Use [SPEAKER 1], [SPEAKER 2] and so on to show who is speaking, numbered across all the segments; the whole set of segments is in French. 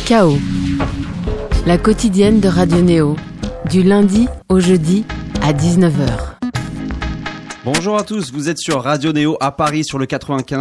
[SPEAKER 1] Chaos, la quotidienne de Radio Néo, du lundi au jeudi à 19h.
[SPEAKER 2] Bonjour à tous, vous êtes sur Radio Néo à Paris sur le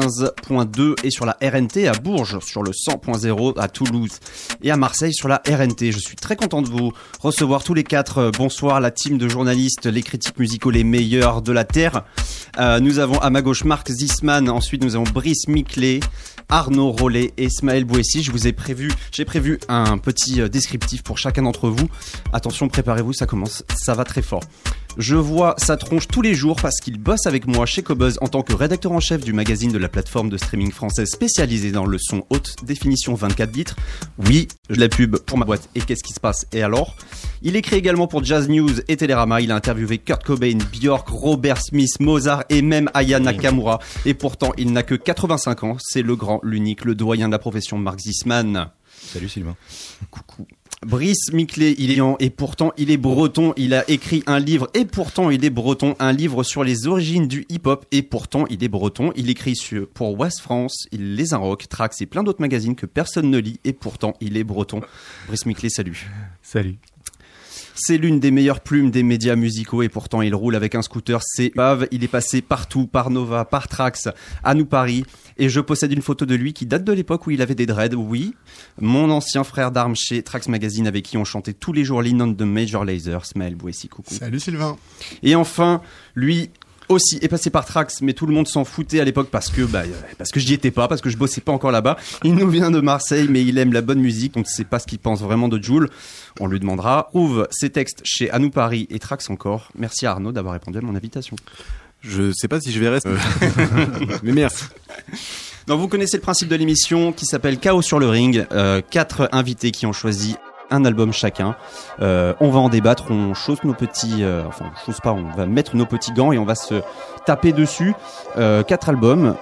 [SPEAKER 2] 95.2 et sur la RNT à Bourges sur le 100.0 à Toulouse et à Marseille sur la RNT. Je suis très content de vous recevoir tous les quatre. Bonsoir la team de journalistes, les critiques musicaux les meilleurs de la Terre. Nous avons à ma gauche Marc Zisman, ensuite nous avons Brice Miclet, Arnaud Rollet et Ismaël Bouessi. J'ai prévu un petit descriptif pour chacun d'entre vous. Attention, préparez-vous, ça commence, ça va très fort. Je vois sa tronche tous les jours parce qu'il bosse avec moi chez Cobuzz en tant que rédacteur en chef du magazine de la plateforme de streaming française spécialisée dans le son haute définition 24 bits. Oui, je la pub pour ma boîte. Et qu'est-ce qui se passe? Et alors? Il écrit également pour Jazz News et Télérama. Il a interviewé Kurt Cobain, Björk, Robert Smith, Mozart et même Aya Nakamura. Et pourtant, il n'a que 85 ans. C'est le grand, l'unique, le doyen de la profession, Marc Zisman.
[SPEAKER 3] Salut Sylvain.
[SPEAKER 2] Coucou. Brice Miclet, il est lent et pourtant il est breton. Il a écrit un livre et pourtant il est breton. Un livre sur les origines du hip-hop et pourtant il est breton. Il écrit pour Ouest France, Les Inrocks, Trax et plein d'autres magazines que personne ne lit et pourtant il est breton. Brice Miclet, salut.
[SPEAKER 3] Salut.
[SPEAKER 2] C'est l'une des meilleures plumes des médias musicaux et pourtant il roule avec un scooter, c'est bave. Il est passé partout, par Nova, par Trax, à nous Paris. Et je possède une photo de lui qui date de l'époque où il avait des dreads, oui. Mon ancien frère d'armes chez Trax Magazine avec qui on chantait tous les jours l'hymne de Major Lazer, Ismaël Bouessi, coucou.
[SPEAKER 3] Salut Sylvain.
[SPEAKER 2] Et enfin, lui aussi est passé par Trax, mais tout le monde s'en foutait à l'époque parce que j'y étais pas, parce que je bossais pas encore là-bas. Il nous vient de Marseille, mais il aime la bonne musique, donc c'est pas ce qu'il pense vraiment de Jul. On lui demandera. Trouve ses textes chez À nous Paris et Trax encore. Merci à Arnaud d'avoir répondu à mon invitation.
[SPEAKER 3] Je sais pas si je vais rester, mais merci.
[SPEAKER 2] Donc vous connaissez le principe de l'émission qui s'appelle Chaos sur le ring. 4 invités qui ont choisi un album chacun. On va en débattre, on chausse nos petits... on va mettre nos petits gants et on va se taper dessus. 4 albums,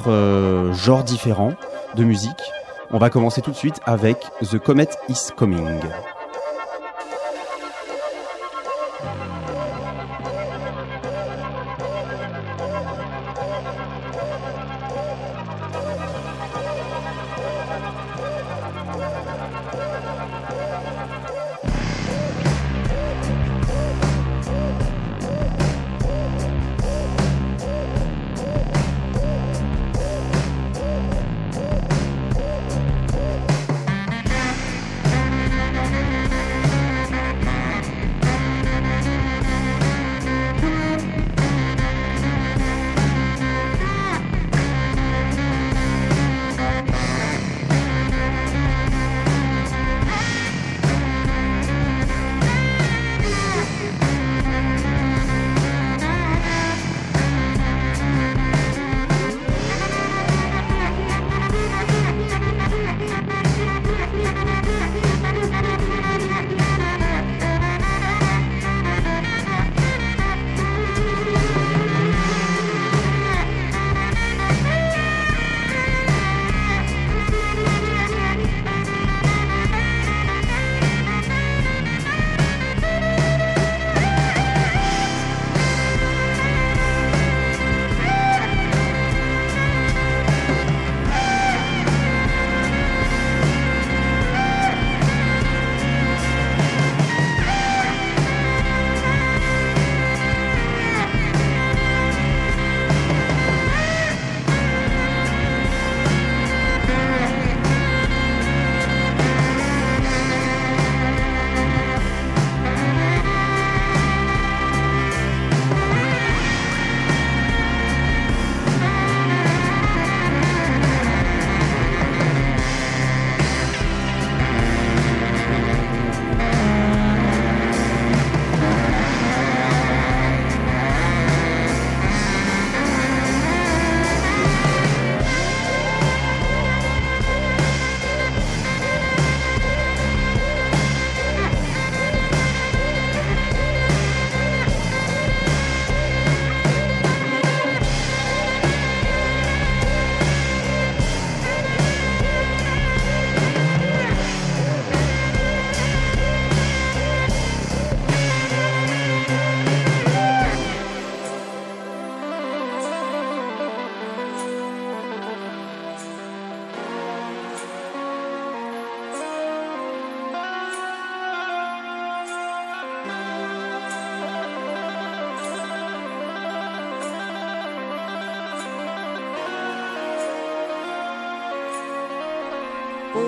[SPEAKER 2] 4 genres différents de musique. On va commencer tout de suite avec The Comet is Coming.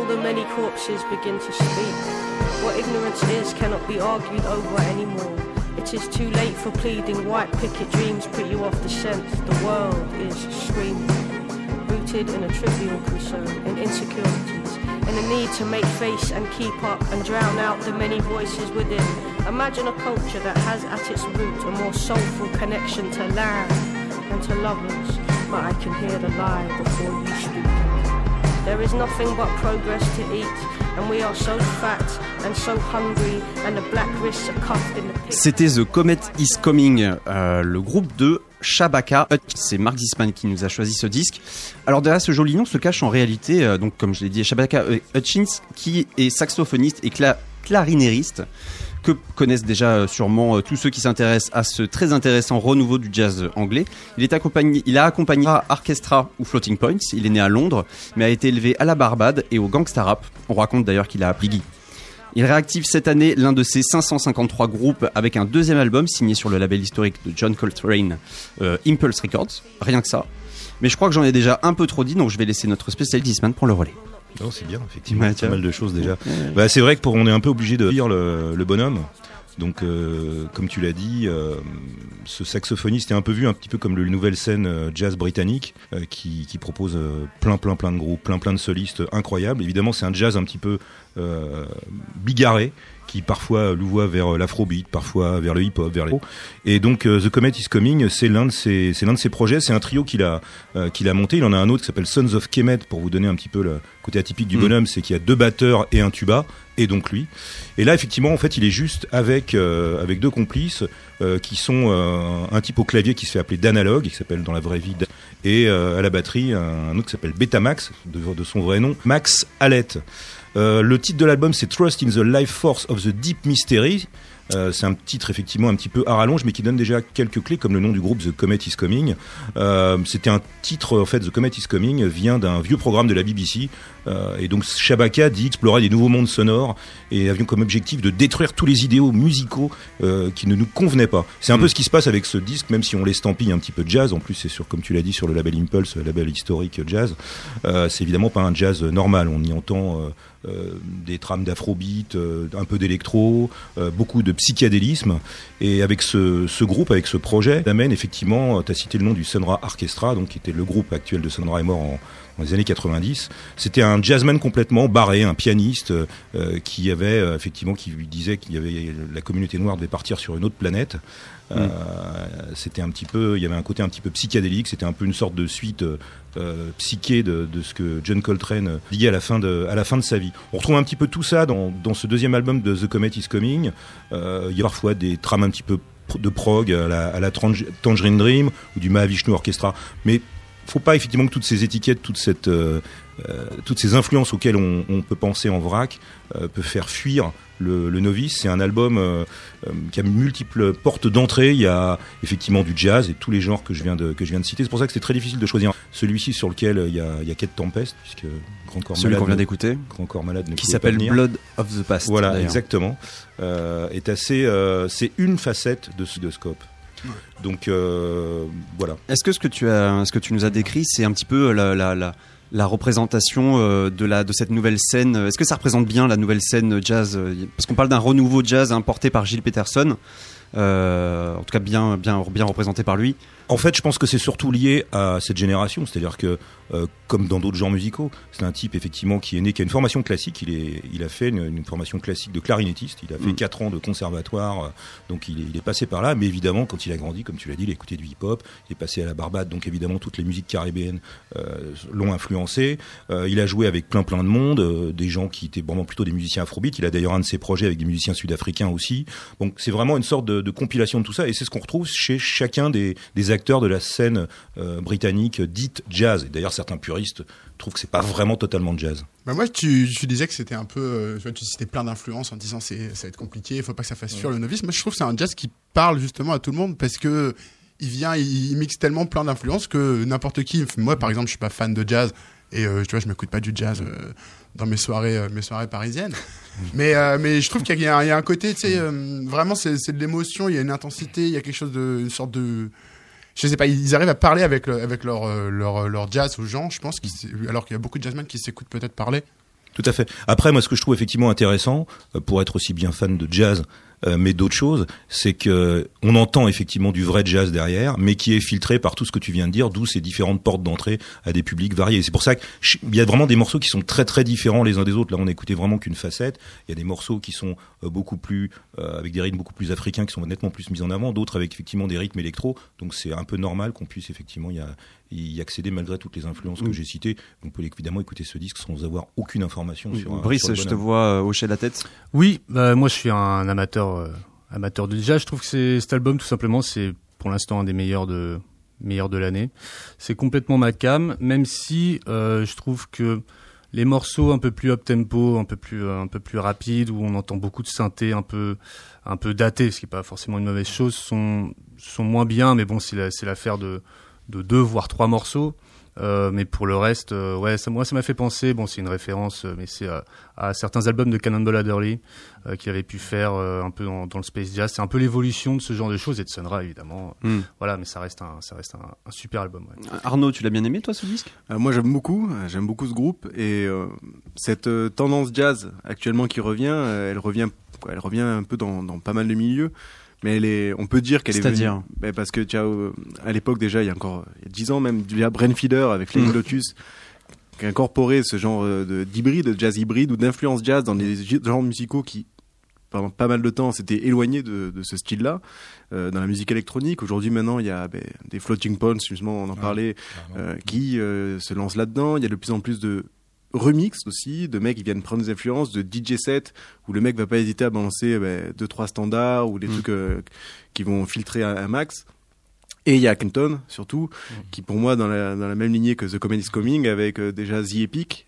[SPEAKER 4] all the many corpses begin to speak. What ignorance is cannot be argued over anymore. It is too late for pleading. White picket dreams put you off the scent. The world is screaming, rooted in a trivial concern, in insecurities, in a need to make face and keep up and drown out the many voices within. Imagine a culture that has at its root a more soulful connection to land and to lovers. But I can hear the lie before you speak. There is nothing but progress to eat, and we are so fat and so hungry, and the black wrists are cuffed in the pit.
[SPEAKER 2] C'était The Comet Is Coming, le groupe de Shabaka. C'est Mark Zisman qui nous a choisi ce disque. Alors derrière ce joli nom se cache en réalité, donc comme je l'ai dit, Shabaka Hutchins, qui est saxophoniste et clarinériste, que connaissent déjà sûrement tous ceux qui s'intéressent à ce très intéressant renouveau du jazz anglais. Il a accompagné Orchestra ou Floating Points. Il est né à Londres, mais a été élevé à la Barbade et au gangsta rap. On raconte d'ailleurs qu'il a appris Guy. Il réactive cette année l'un de ses 553 groupes avec un deuxième album signé sur le label historique de John Coltrane, Impulse Records. Rien que ça. Mais je crois que j'en ai déjà un peu trop dit, donc je vais laisser notre spécialiste Zisman pour le relais.
[SPEAKER 5] Non, c'est bien, effectivement, pas mal de choses déjà. Bah, c'est vrai on est un peu obligé de lire le bonhomme. Donc, comme tu l'as dit, ce saxophoniste est un peu vu un petit peu comme le nouvelle scène jazz britannique, qui propose plein de groupes, plein de solistes incroyables. Évidemment, c'est un jazz un petit peu bigarré, qui parfois louvoie vers l'afrobeat, parfois vers le hip-hop, vers les... Et donc The Comet Is Coming, c'est l'un de ses projets. C'est un trio qu'il a monté. Il en a un autre qui s'appelle Sons of Kemet, pour vous donner un petit peu le côté atypique du bonhomme, c'est qu'il y a 2 batteurs et un tuba, et donc lui. Et là, effectivement, en fait, il est juste avec 2 complices qui sont un type au clavier qui se fait appeler d'Analogue, qui s'appelle dans la vraie vie, et à la batterie un autre qui s'appelle Betamax, de son vrai nom, Max Hallett. Le titre de l'album, c'est Trust in the Life Force of the Deep Mystery. C'est un titre effectivement un petit peu à rallonge, mais qui donne déjà quelques clés, comme le nom du groupe The Comet Is Coming. C'était un titre, en fait, The Comet Is Coming vient d'un vieux programme de la BBC, et donc Shabaka dit explorer des nouveaux mondes sonores et avions comme objectif de détruire tous les idéaux musicaux qui ne nous convenaient pas. C'est un peu ce qui se passe avec ce disque, même si on l'estampille un petit peu de jazz. En plus, c'est comme tu l'as dit, sur le label Impulse, le label historique jazz. C'est évidemment pas un jazz normal. On y entend des trames d'afrobeat, un peu d'électro, beaucoup de psychédélisme, et avec ce groupe, avec ce projet, amène effectivement, tu as cité le nom du Sun Ra Orchestra, donc qui était le groupe actuel de Sun Ra est mort dans les années 90. C'était un jazzman complètement barré, un pianiste qui avait effectivement, qui lui disait qu'il y avait la communauté noire devait partir sur une autre planète. C'était un petit peu, il y avait un côté un petit peu psychédélique, c'était un peu une sorte de suite psyché de ce que John Coltrane dit à la fin de sa vie. On retrouve un petit peu tout ça dans ce deuxième album de The Comet Is Coming. Il y a parfois des trames un petit peu de prog à la Tangerine Dream ou du Mahavishnu Orchestra, mais faut pas effectivement que toutes ces étiquettes, toutes ces influences auxquelles on peut penser en vrac peut faire fuir le novice. C'est un album qui a multiples portes d'entrée. Il y a effectivement du jazz et tous les genres que je viens de citer. C'est pour ça que c'est très difficile de choisir celui-ci sur lequel il y a Kate Tempest, puisque Grand Corps
[SPEAKER 2] Celui
[SPEAKER 5] Malade,
[SPEAKER 2] qu'on vient d'écouter,
[SPEAKER 5] Grand Corps Malade ne
[SPEAKER 2] qui
[SPEAKER 5] pouvait
[SPEAKER 2] s'appelle
[SPEAKER 5] pas venir.
[SPEAKER 2] Blood of the Past.
[SPEAKER 5] Voilà,
[SPEAKER 2] d'ailleurs.
[SPEAKER 5] exactement. Est assez, c'est une facette de Scope. Donc voilà.
[SPEAKER 2] Est-ce que ce que tu nous as décrit, c'est un petit peu la représentation de cette nouvelle scène? Est-ce que ça représente bien la nouvelle scène jazz? Parce qu'on parle d'un renouveau jazz porté par Gilles Peterson, en tout cas bien représenté par lui.
[SPEAKER 5] En fait, je pense que c'est surtout lié à cette génération, c'est-à-dire que, comme dans d'autres genres musicaux, c'est un type effectivement qui est né, qui a une formation classique. Il a fait une formation classique de clarinettiste. Il a fait 4 ans de conservatoire, donc il est passé par là. Mais évidemment, quand il a grandi, comme tu l'as dit, il a écouté du hip-hop. Il est passé à la Barbade, donc évidemment toutes les musiques caribéennes l'ont influencé. Il a joué avec plein de monde, des gens qui étaient vraiment plutôt des musiciens afrobeat. Il a d'ailleurs un de ses projets avec des musiciens sud-africains aussi. Donc c'est vraiment une sorte de compilation de tout ça, et c'est ce qu'on retrouve chez chacun des acteurs de la scène britannique dite jazz. Et d'ailleurs, certains puristes trouvent que c'est pas vraiment totalement jazz.
[SPEAKER 6] Bah moi, tu disais que c'était un peu, tu citais plein d'influences en disant ça va être compliqué, il faut pas que ça fasse fuir le novice. Moi, je trouve que c'est un jazz qui parle justement à tout le monde, parce que il mixe tellement plein d'influences que n'importe qui. Moi, par exemple, je suis pas fan de jazz, et tu vois, je m'écoute pas du jazz dans mes soirées parisiennes. Mais je trouve qu'il y a un côté, tu sais, vraiment c'est de l'émotion, il y a une intensité, il y a quelque chose une sorte de, je sais pas, ils arrivent à parler avec leur jazz aux gens, je pense, alors qu'il y a beaucoup de jazzmen qui s'écoutent peut-être parler.
[SPEAKER 5] Tout à fait. Après, moi, ce que je trouve effectivement intéressant, pour être aussi bien fan de jazz, mais d'autres choses, c'est que on entend effectivement du vrai jazz derrière, mais qui est filtré par tout ce que tu viens de dire, d'où ces différentes portes d'entrée à des publics variés. C'est pour ça qu'il y a vraiment des morceaux qui sont très très différents les uns des autres. Là, on n'écoutait vraiment qu'une facette. Il y a des morceaux qui sont beaucoup plus avec des rythmes beaucoup plus africains, qui sont nettement plus mis en avant, d'autres avec effectivement des rythmes électro. Donc c'est un peu normal qu'on puisse effectivement y accéder malgré toutes les influences que j'ai citées. On peut évidemment écouter ce disque sans avoir aucune information sur
[SPEAKER 2] Brice,
[SPEAKER 5] sur
[SPEAKER 2] je te vois hocher la tête.
[SPEAKER 7] Oui, moi je suis un amateur de jazz. Je trouve que cet album, tout simplement, c'est pour l'instant un des meilleurs de l'année. C'est complètement ma came, même si je trouve que les morceaux un peu plus up tempo, un peu plus rapides, où on entend beaucoup de synthé un peu daté, ce qui est pas forcément une mauvaise chose, sont moins bien. Mais bon, c'est l'affaire de 2 voire 3 morceaux. Mais pour le reste, ça m'a fait penser, bon, c'est une référence, mais c'est à certains albums de Cannonball Adderley qu'il avait pu faire un peu dans le space jazz. C'est un peu l'évolution de ce genre de choses, et de Sun Ra évidemment. Voilà, mais ça reste un super album. Ouais.
[SPEAKER 2] Arnaud, tu l'as bien aimé toi ce disque?
[SPEAKER 3] Moi j'aime beaucoup ce groupe, et cette tendance jazz actuellement qui revient, elle revient un peu dans pas mal de milieux. Mais on peut dire qu'elle est venue, parce que à l'époque déjà, il y a 10 ans même, il y a Brainfeeder avec Flying Lotus qui a incorporé ce genre d'hybride, de jazz hybride ou d'influence jazz dans des genres musicaux qui, pendant pas mal de temps, s'étaient éloignés de ce style-là, dans la musique électronique. Aujourd'hui, maintenant, il y a des floating points, justement, on en parlait, qui se lancent là-dedans. Il y a de plus en plus de remix aussi, de mecs qui viennent prendre des influences, de DJ set où le mec va pas hésiter à balancer 2-3 standards ou des trucs qui vont filtrer un max. Et il y a Kenton surtout, qui pour moi dans la même lignée que The Comedy's Coming, avec déjà The Epic,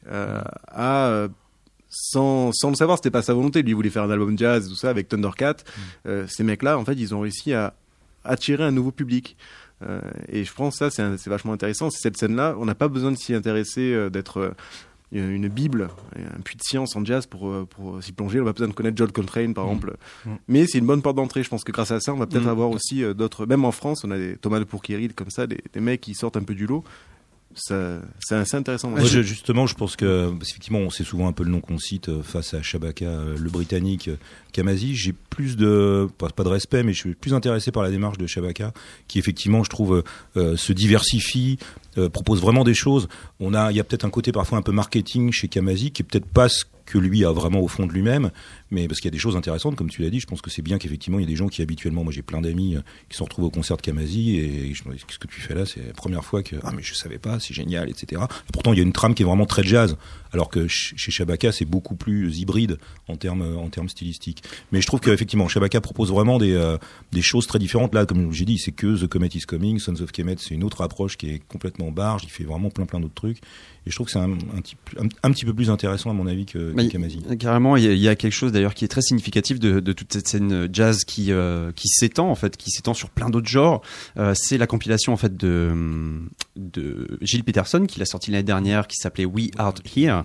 [SPEAKER 3] sans le savoir, c'était pas sa volonté, lui il voulait faire un album jazz, tout ça, avec Thundercat. Ces mecs-là, en fait, ils ont réussi à attirer un nouveau public. Et je pense que ça, c'est vachement intéressant. C'est cette scène-là, on n'a pas besoin de s'y intéresser, d'être une bible, un puits de science en jazz pour s'y plonger. On va besoin de connaître John Coltrane par exemple, mais c'est une bonne porte d'entrée. Je pense que grâce à ça, on va peut-être avoir aussi d'autres, même en France, on a des Thomas de Pourqueril comme ça, des mecs qui sortent un peu du lot. C'est assez intéressant.
[SPEAKER 5] Moi, justement, je pense que effectivement, on sait souvent un peu le nom qu'on cite face à Shabaka, le Britannique Kamasi. J'ai plus pas de respect, mais je suis plus intéressé par la démarche de Shabaka, qui effectivement, je trouve, se diversifie, propose vraiment des choses. Il y a peut-être un côté parfois un peu marketing chez Kamasi, qui est peut-être pas ce que lui a vraiment au fond de lui-même, mais parce qu'il y a des choses intéressantes, comme tu l'as dit. Je pense que c'est bien qu'effectivement il y a des gens qui habituellement, moi j'ai plein d'amis qui se retrouvent au concert de Kamasi, et je me dis, qu'est-ce que tu fais là, c'est la première fois que mais je savais pas, c'est génial, etc. Et pourtant il y a une trame qui est vraiment très jazz, alors que chez Shabaka c'est beaucoup plus hybride en termes stylistiques. Mais je trouve qu'effectivement Shabaka propose vraiment des choses très différentes. Là, comme j'ai dit, c'est que The Comet Is Coming, Sons of Kemet, c'est une autre approche qui est complètement barge. Il fait vraiment plein d'autres trucs, et je trouve que c'est un petit peu plus intéressant à mon avis que Kamasi.
[SPEAKER 2] Carrément, il y a quelque chose d'ailleurs qui est très significatif de toute cette scène jazz qui s'étend en fait, qui s'étend sur plein d'autres genres. C'est la compilation en fait de Gilles Peterson qui l'a sorti l'année dernière, qui s'appelait We Are Here.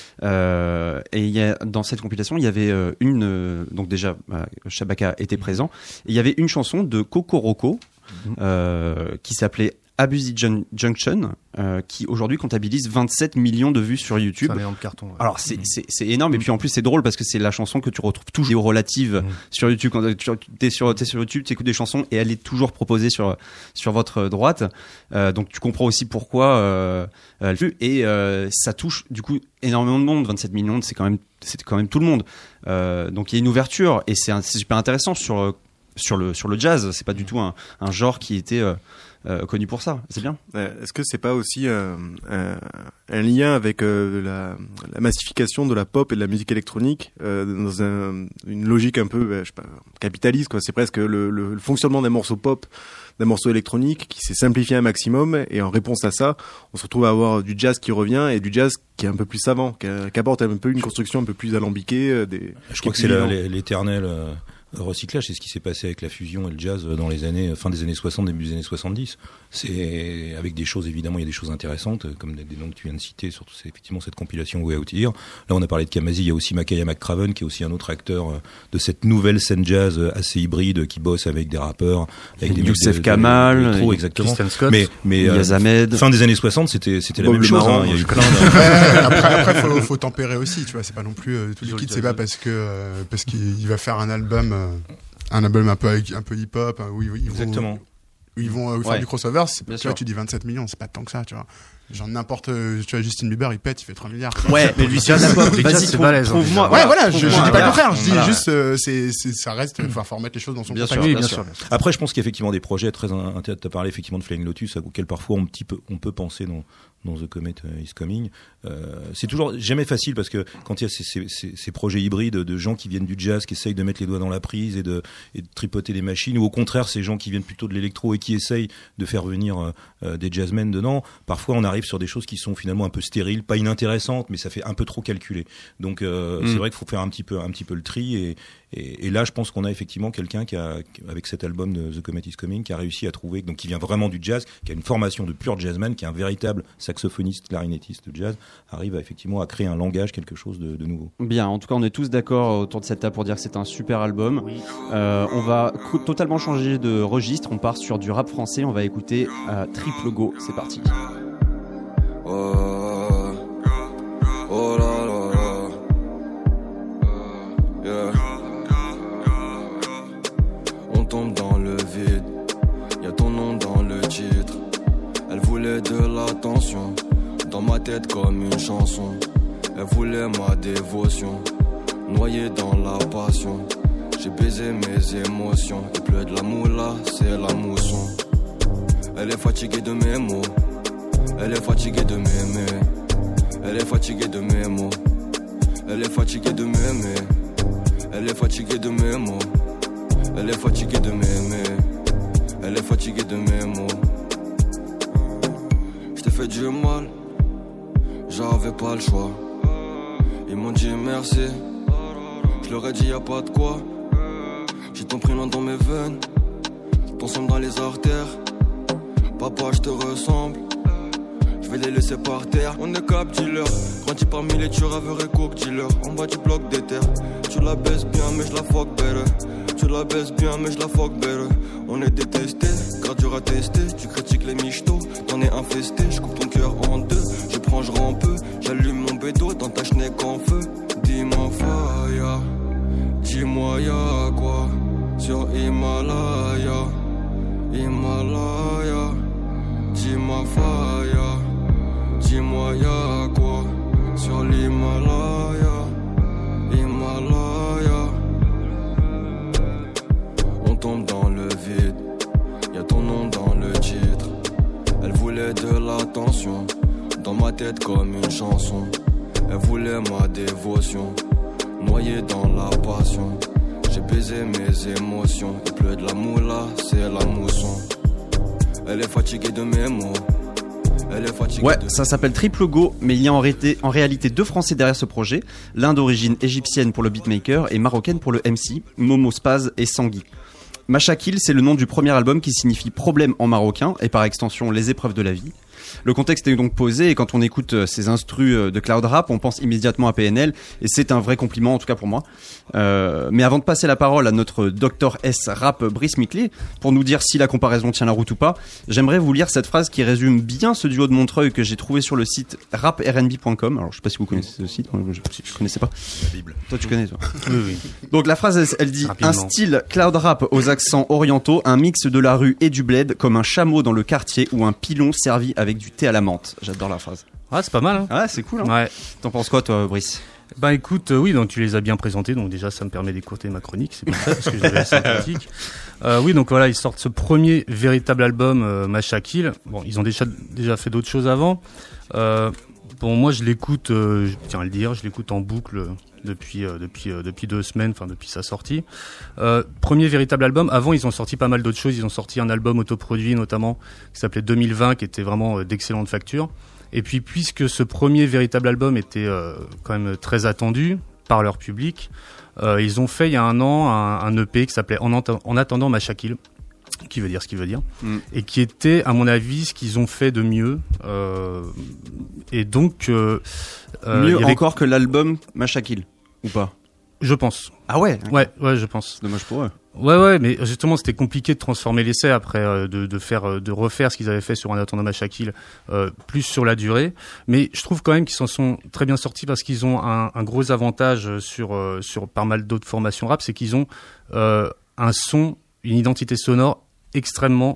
[SPEAKER 2] Et dans cette compilation, il y avait donc déjà Shabaka était présent, et il y avait une chanson de Kokoroko qui s'appelait Abusy Junction, qui aujourd'hui comptabilise 27 millions de vues sur YouTube.
[SPEAKER 7] C'est un énorme carton. Ouais.
[SPEAKER 2] Alors c'est énorme, et puis en plus c'est drôle parce que c'est la chanson que tu retrouves toujours relative sur YouTube. Quand t'es sur YouTube, tu écoutes des chansons et elle est toujours proposée sur votre droite. Donc tu comprends aussi pourquoi elle fut, et ça touche du coup énormément de monde. 27 millions, c'est quand même tout le monde. Donc il y a une ouverture, et c'est super intéressant sur le jazz. C'est pas du tout un genre qui était connu pour ça, c'est bien.
[SPEAKER 3] Est-ce que c'est pas aussi un lien avec la massification de la pop et de la musique électronique dans une logique un peu je sais pas, capitaliste quoi. C'est presque le fonctionnement d'un morceau pop, d'un morceau électronique qui s'est simplifié un maximum, et en réponse à ça, on se retrouve à avoir du jazz qui revient, et du jazz qui est un peu plus savant, qui apporte un peu une construction un peu plus alambiquée.
[SPEAKER 5] Je crois que c'est l'éternel recyclage, c'est ce qui s'est passé avec la fusion et le jazz dans les années fin des années 60, début des années 70. C'est avec des choses, évidemment, il y a des choses intéressantes, comme des noms que tu viens de citer, surtout c'est effectivement cette compilation Way Out Here. Là, on a parlé de Kamasi, il y a aussi Makaya McCraven, qui est aussi un autre acteur de cette nouvelle scène jazz assez hybride, qui bosse avec des rappeurs, avec des
[SPEAKER 2] Youssef Kamal,
[SPEAKER 5] exactement.
[SPEAKER 7] Christian Scott,
[SPEAKER 2] mais Yazamède.
[SPEAKER 5] Fin des années 60, c'était la même chose. Il y a eu plein
[SPEAKER 6] après, faut tempérer aussi, tu vois. C'est pas non plus tout liquide. C'est pas parce qu'il va faire un album un peu hip-hop où ils vont faire du crossover. Tu vois, tu dis 27 millions, c'est pas tant que ça, tu vois. Genre n'importe, tu vois, Justin Bieber, il pète, il fait 3 milliards.
[SPEAKER 2] Ouais, mais lui, c'est la pop. Vas-y, trouve-moi.
[SPEAKER 6] Ouais, voilà, je dis pas le contraire. Je dis juste, ça reste, faut remettre les choses dans son contexte.
[SPEAKER 5] Bien sûr. Après, je pense qu'il y a effectivement des projets très intéressants. T'as parlé effectivement de Flying Lotus, auquel parfois on peut penser dans The Comet is Coming. C'est toujours jamais facile parce que quand il y a ces projets hybrides de gens qui viennent du jazz, qui essayent de mettre les doigts dans la prise et de tripoter des machines, ou au contraire ces gens qui viennent plutôt de l'électro et qui essayent de faire venir des jazzmen dedans, parfois on arrive sur des choses qui sont finalement un peu stériles, pas inintéressantes, mais ça fait un peu trop calculé. Donc c'est vrai qu'il faut faire un petit peu le tri et là je pense qu'on a effectivement quelqu'un qui a, avec cet album de The Comet is Coming, qui a réussi à trouver, donc qui vient vraiment du jazz, qui a une formation de pur jazzman, qui est un véritable saxophoniste, clarinettiste de jazz, arrive effectivement à créer un langage, quelque chose de nouveau.
[SPEAKER 2] Bien, en tout cas on est tous d'accord autour de cette table pour dire que c'est un super album. Oui. On va totalement changer de registre, on part sur du rap français, on va écouter Triple Go, c'est parti.
[SPEAKER 8] On tombe dans le vide, y'a ton nom dans le titre. Elle voulait de l'attention, dans ma tête comme une chanson. Elle voulait ma dévotion, noyée dans la passion. J'ai baisé mes émotions, il pleut de la moula, c'est la mousson. Elle est fatiguée de mes mots, elle est fatiguée de m'aimer. Elle est fatiguée de mes mots, elle est fatiguée de m'aimer. Elle est fatiguée de mes mots, elle est fatiguée de m'aimer. Elle est fatiguée de mes mots. Je t'ai fait du mal, j'avais pas le choix. Ils m'ont dit merci, je leur ai dit y'a pas de quoi. J'ai ton prénom dans mes veines, ton sang dans les artères. Papa, je te ressemble, je vais les laisser par terre. On est cap dealer, grandi parmi les tueurs avérés coke dealer. En bas du bloc des terres, tu la baisses bien mais je la fuck better. Tu la baisses bien mais je la fuck better. On est détesté, car dur à tester. Tu critiques les michtos, t'en es infesté. Je coupe ton cœur en deux, je prends, je rends peu. J'allume mon bédo dans ta schneck en feu. Dis-moi faya, dis-moi y'a quoi sur Himalaya, Himalaya. Dis-moi faya, dis-moi y'a quoi sur l'Himalaya, Himalaya. On tombe dans le vide, y'a ton nom dans le titre. Elle voulait de l'attention, dans ma tête comme une chanson. Elle voulait ma dévotion, noyée dans la passion. J'ai baisé mes émotions, il pleut de la moula, c'est la mousson. Elle est fatiguée de mes mots.
[SPEAKER 2] Ouais, ça s'appelle Triple Go, mais il y a en réalité deux Français derrière ce projet. L'un d'origine égyptienne pour le beatmaker et marocaine pour le MC, Momo Spaz et Sangui. Mashakil, c'est le nom du premier album qui signifie problème en marocain et par extension les épreuves de la vie. Le contexte est donc posé et quand on écoute ces instrus de cloud rap, on pense immédiatement à PNL et c'est un vrai compliment en tout cas pour moi. Mais avant de passer la parole à notre Dr S rap Brice Miclé pour nous dire si la comparaison tient la route ou pas, j'aimerais vous lire cette phrase qui résume bien ce duo de Montreuil que j'ai trouvé sur le site raprnb.com. Alors je sais pas si vous connaissez ce site, je connaissais pas.
[SPEAKER 5] La Bible.
[SPEAKER 2] Toi tu connais toi.
[SPEAKER 7] Oui.
[SPEAKER 2] Donc la phrase elle dit
[SPEAKER 7] rapidement.
[SPEAKER 2] Un style cloud rap aux accents orientaux, un mix de la rue et du bled comme un chameau dans le quartier ou un pilon servi avec du thé à la menthe. J'adore la phrase.
[SPEAKER 7] Ah, c'est pas mal. Hein.
[SPEAKER 2] Ah, c'est cool. Hein.
[SPEAKER 7] Ouais.
[SPEAKER 2] T'en penses quoi, toi, Brice ?
[SPEAKER 7] Bah écoute, oui, donc tu les as bien présentés, donc déjà ça me permet d'écourter ma chronique, c'est pour ça, parce que j'avais sympathique. Oui, donc voilà, ils sortent ce premier véritable album, Mashakil. Bon, ils ont déjà fait d'autres choses avant. Bon, moi je l'écoute, je tiens à le dire, je l'écoute en boucle depuis 2 semaines, enfin depuis sa sortie. Premier véritable album. Avant, ils ont sorti pas mal d'autres choses. Ils ont sorti un album autoproduit notamment qui s'appelait 2020, qui était vraiment d'excellente facture. Et puis, puisque ce premier véritable album était quand même très attendu, par leur public. Ils ont fait il y a un an un EP qui s'appelait En attendant Machakil, qui veut dire ce qu'il veut dire, et qui était, à mon avis, ce qu'ils ont fait de mieux. Et donc
[SPEAKER 2] mieux encore que l'album Machakil, ou pas?
[SPEAKER 7] Je pense.
[SPEAKER 2] Ah ouais?
[SPEAKER 7] Ouais, je pense.
[SPEAKER 2] C'est dommage pour eux.
[SPEAKER 7] Ouais, mais justement, c'était compliqué de transformer l'essai après, de refaire ce qu'ils avaient fait sur En attendant Machakil, plus sur la durée. Mais je trouve quand même qu'ils s'en sont très bien sortis parce qu'ils ont un gros avantage sur pas mal d'autres formations rap, c'est qu'ils ont un son, une identité sonore extrêmement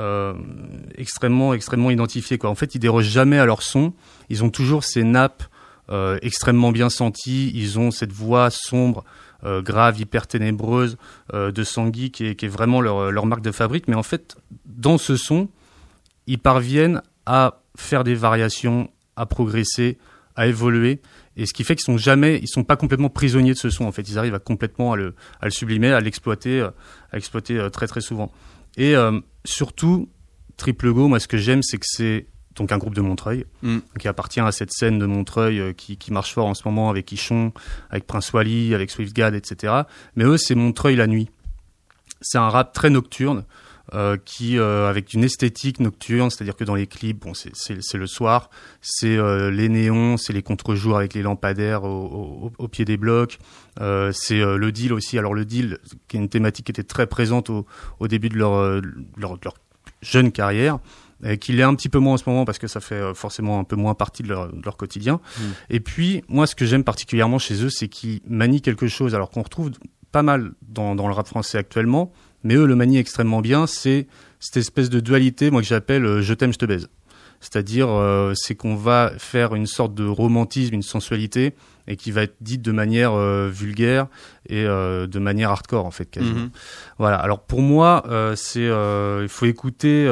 [SPEAKER 7] identifiée, quoi. En fait, ils dérogent jamais à leur son. Ils ont toujours ces nappes extrêmement bien senties. Ils ont cette voix sombre, grave, hyper ténébreuse de Sangui qui est vraiment leur marque de fabrique. Mais en fait, dans ce son, ils parviennent à faire des variations, à progresser, à évoluer. Et ce qui fait qu'ils sont pas complètement prisonniers de ce son. En fait, ils arrivent à complètement à le sublimer, à l'exploiter, très très souvent. Et surtout, Triple Go, moi ce que j'aime, c'est que c'est donc un groupe de Montreuil, qui appartient à cette scène de Montreuil qui marche fort en ce moment avec Ichon, avec Prince Wally, avec Swiftgad, etc. Mais eux, c'est Montreuil la nuit. C'est un rap très nocturne, qui avec une esthétique nocturne, c'est-à-dire que dans les clips, bon, c'est le soir, c'est les néons, c'est les contre-jours avec les lampadaires au pied des blocs, c'est le deal aussi. Alors le deal, qui est une thématique qui était très présente au début de leur jeune carrière, qu'il est un petit peu moins en ce moment parce que ça fait forcément un peu moins partie de leur quotidien. Et puis, moi, ce que j'aime particulièrement chez eux, c'est qu'ils manient quelque chose, alors qu'on retrouve pas mal dans le rap français actuellement, mais eux le manient extrêmement bien, c'est cette espèce de dualité, moi, que j'appelle « je t'aime, je te baise ». C'est-à-dire, c'est qu'on va faire une sorte de romantisme, une sensualité, et qui va être dite de manière vulgaire et de manière hardcore, en fait, quasiment. Voilà. Alors, pour moi, il faut écouter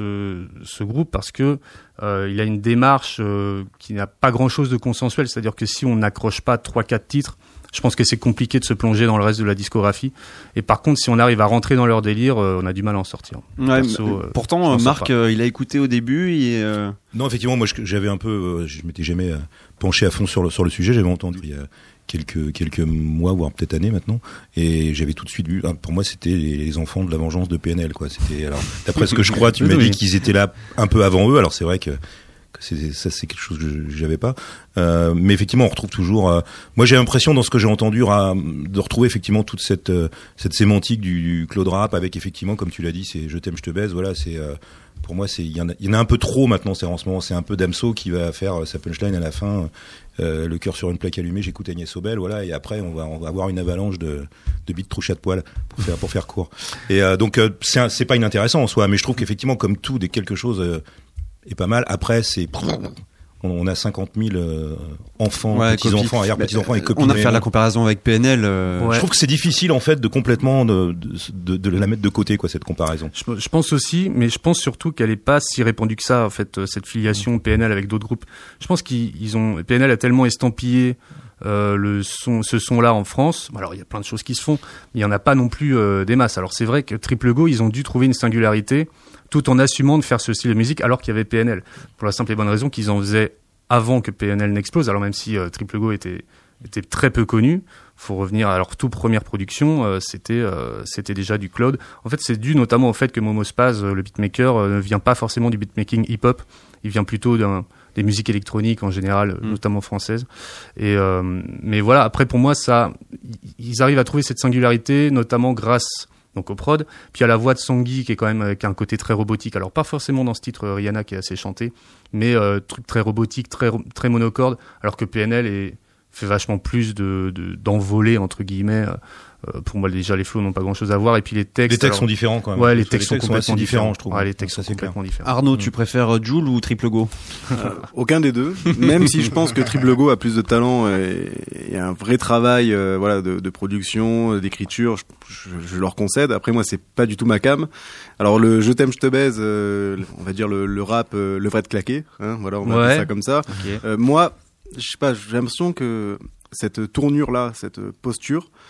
[SPEAKER 7] ce groupe parce que il a une démarche qui n'a pas grand-chose de consensuel. C'est-à-dire que si on n'accroche pas 3-4 titres, je pense que c'est compliqué de se plonger dans le reste de la discographie. Et par contre, si on arrive à rentrer dans leur délire, on a du mal à en sortir.
[SPEAKER 2] Ouais, pourtant, Marc, il a écouté au début.
[SPEAKER 5] Non, effectivement, moi, j'avais un peu, je m'étais jamais penché à fond sur le sujet. J'avais entendu il y a quelques mois, voire peut-être années maintenant, et j'avais tout de suite vu. Pour moi, c'était les enfants de la vengeance de PNL, quoi. C'était, alors, d'après ce que je crois, tu m'as dit qu'ils étaient là un peu avant eux. Alors c'est vrai que c'est quelque chose que j'avais pas, mais effectivement on retrouve toujours moi j'ai l'impression dans ce que j'ai entendu de retrouver effectivement toute cette sémantique du Claude Rap avec effectivement, comme tu l'as dit, c'est je t'aime je te baise. Voilà, c'est pour moi il y en a un peu trop maintenant. C'est en ce moment, c'est un peu Damso qui va faire sa punchline à la fin, le cœur sur une plaque allumée, j'écoute Agnès Obel, voilà, et après on va avoir une avalanche de beats trouchas de poil pour faire court. Et donc c'est pas inintéressant en soi, mais je trouve qu'effectivement comme tout, dès quelque chose est pas mal. Après, on a 50 000 enfants, petits-enfants, arrière-petits-enfants et copines.
[SPEAKER 2] On a fait la comparaison avec PNL.
[SPEAKER 5] Je trouve que c'est difficile, en fait, de complètement de la mettre de côté, quoi, cette comparaison.
[SPEAKER 7] Je pense aussi, mais je pense surtout qu'elle est pas si répandue que ça, en fait, cette filiation PNL avec d'autres groupes. Je pense PNL a tellement estampillé ce son-là en France. Alors il y a plein de choses qui se font, mais il y en a pas non plus des masses. Alors c'est vrai que Triple Go, ils ont dû trouver une singularité tout en assumant de faire ce style de musique alors qu'il y avait PNL, pour la simple et bonne raison qu'ils en faisaient avant que PNL n'explose. Alors même si Triple Go était très peu connu, faut revenir à leur toute première production, c'était déjà du Claude. En fait, c'est dû notamment au fait que Momo Spaz, le beatmaker, ne vient pas forcément du beatmaking hip-hop, il vient plutôt des musiques électroniques en général, notamment françaises. Et mais voilà, après pour moi ils arrivent à trouver cette singularité, notamment grâce donc au prod, puis à la voix de Sangui qui est quand même avec un côté très robotique. Alors pas forcément dans ce titre Rihanna qui est assez chanté, mais truc très robotique, très monocorde, alors que PNL fait vachement plus d'envolée entre guillemets. Pour moi déjà les flows n'ont pas grand chose à voir, et puis les textes
[SPEAKER 5] sont différents quand même.
[SPEAKER 7] Ouais, les textes sont complètement différents,
[SPEAKER 5] je trouve.
[SPEAKER 7] Ouais, les textes sont complètement différents.
[SPEAKER 2] Arnaud, tu préfères Jul ou Triple Go?
[SPEAKER 3] Aucun des deux, même si je pense que Triple Go a plus de talent et un vrai travail de production, d'écriture, je leur concède. Après moi c'est pas du tout ma cam. Alors le je t'aime je te baise, on va dire le rap, le vrai de claquer, hein, voilà, on va dire ça comme ça. Okay. Moi, je sais pas, j'ai l'impression que cette tournure là, cette posture,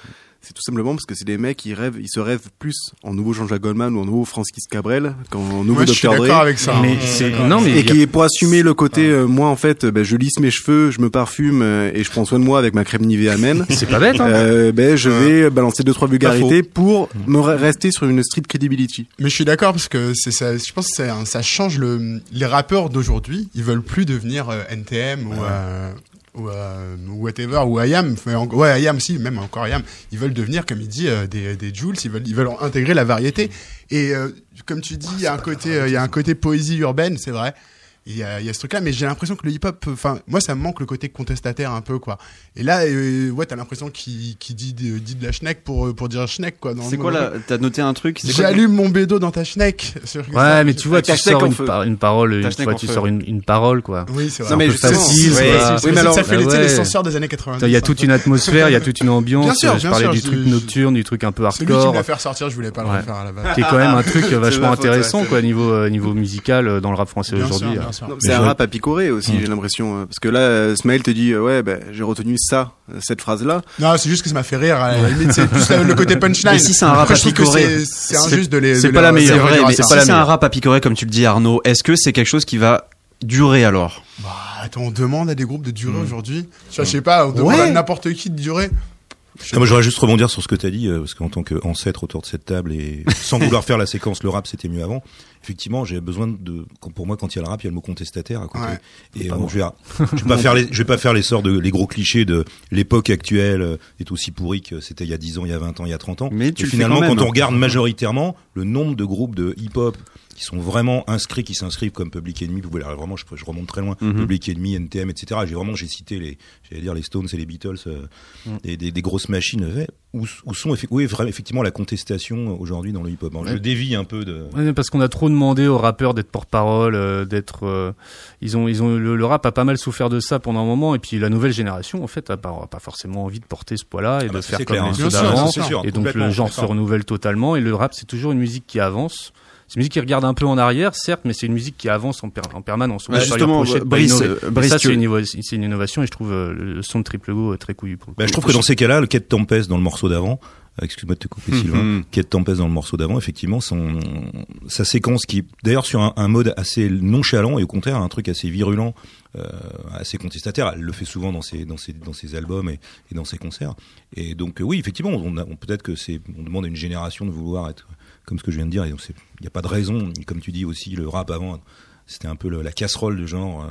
[SPEAKER 3] c'est tout simplement parce que c'est des mecs ils se rêvent plus en nouveau Jean-Jacques Goldman ou en nouveau Francis Cabrel qu'en nouveau Dr. Dre.
[SPEAKER 6] Je suis d'accord avec ça.
[SPEAKER 3] Et qui est pour assumer le côté, moi en fait, je lisse mes cheveux, je me parfume et je prends soin de moi avec ma crème Nivea Men.
[SPEAKER 7] C'est pas bête.
[SPEAKER 3] Je vais balancer 2-3 vulgarités pour me rester sur une street credibility.
[SPEAKER 6] Mais je suis d'accord parce que c'est ça. Je pense que ça change les rappeurs d'aujourd'hui. Ils veulent plus devenir NTM ou whatever, ou IAM, IAM si, même encore IAM, ils veulent devenir, comme il dit, des Jules, ils veulent intégrer la variété. Et comme tu dis, il y a un côté poésie urbaine, c'est vrai. Il y a ce truc-là, mais j'ai l'impression que le hip-hop, enfin, moi, ça me manque le côté contestataire un peu, quoi. Et là, t'as l'impression qu'il dit de la schneck pour dire schneck, quoi.
[SPEAKER 2] C'est quoi là? T'as noté un truc?
[SPEAKER 6] J'allume mon bédo dans ta schneck.
[SPEAKER 7] Ouais, mais tu vois, tu sors une parole, tu sors une parole, quoi.
[SPEAKER 6] Oui, c'est vrai.
[SPEAKER 7] Non, mais facile,
[SPEAKER 6] mais alors, ça fait les censeurs des années 90.
[SPEAKER 7] Il y a toute une atmosphère, il y a toute une ambiance. Je parlais du truc nocturne, du truc un peu hardcore.
[SPEAKER 6] Celui qui me l'a fait ressortir, je voulais pas le refaire à la base.
[SPEAKER 7] Qui est quand même un truc vachement intéressant, quoi, niveau musical dans le rap français aujourd'hui.
[SPEAKER 3] C'est un rap à picorer aussi, j'ai l'impression, parce que là Smaël te dit j'ai retenu cette phrase là.
[SPEAKER 6] Non, c'est juste que ça m'a fait rire, à la limite c'est plus le côté punchline.
[SPEAKER 2] Mais si c'est un rap à picorer,
[SPEAKER 6] c'est injuste de les
[SPEAKER 2] c'est pas la meilleure, mais si c'est un rap à picorer comme tu le dis Arnaud, est-ce que c'est quelque chose qui va durer alors?
[SPEAKER 6] Attends, on demande à des groupes de durer aujourd'hui. Je sais pas, on demande à n'importe qui de durer.
[SPEAKER 5] Moi, j'aurais juste rebondir sur ce que t'as dit, parce qu'en tant qu'ancêtre autour de cette table et sans vouloir faire la séquence, le rap c'était mieux avant. Effectivement, j'ai besoin pour moi, quand il y a le rap, il y a le mot contestataire à côté. Et je vais pas faire les sorts les gros clichés de l'époque actuelle est aussi pourrie que c'était il y a 10 ans, il y a 20 ans, il y a 30 ans.
[SPEAKER 2] Mais
[SPEAKER 5] finalement, quand on regarde majoritairement le nombre de groupes de hip-hop qui sont vraiment qui s'inscrivent comme Public Enemy, vraiment, je remonte très loin, Public Enemy, NTM, etc. J'ai cité les Stones et les Beatles, et des grosses machines, où est effectivement la contestation aujourd'hui dans le hip-hop. Je dévie un peu de...
[SPEAKER 7] Ouais, parce qu'on a trop demandé aux rappeurs d'être porte-parole, le rap a pas mal souffert de ça pendant un moment, et puis la nouvelle génération, en fait, a pas forcément envie de porter ce poids-là et de faire comme les ceux d'avant. Et donc le genre se renouvelle totalement, et le rap, c'est toujours une musique qui avance. C'est une musique qui regarde un peu en arrière, certes, mais c'est une musique qui avance en permanence.
[SPEAKER 2] Justement, Brice,
[SPEAKER 7] ça, c'est une innovation, et je trouve le son de Triple Go très couillu.
[SPEAKER 5] Je trouve que dans ces cas-là, le Quai de Tempest dans le morceau d'avant, excuse-moi de te couper Sylvain, Quai de Tempest dans le morceau d'avant, effectivement, sa séquence qui, d'ailleurs, sur un mode assez nonchalant et au contraire un truc assez virulent, assez contestataire. Elle le fait souvent dans ses albums et dans ses concerts. Et donc oui, effectivement, peut-être que on demande à une génération de vouloir être comme ce que je viens de dire. Et donc il n'y a pas de raison. Comme tu dis aussi, le rap avant, c'était un peu la casserole de genre.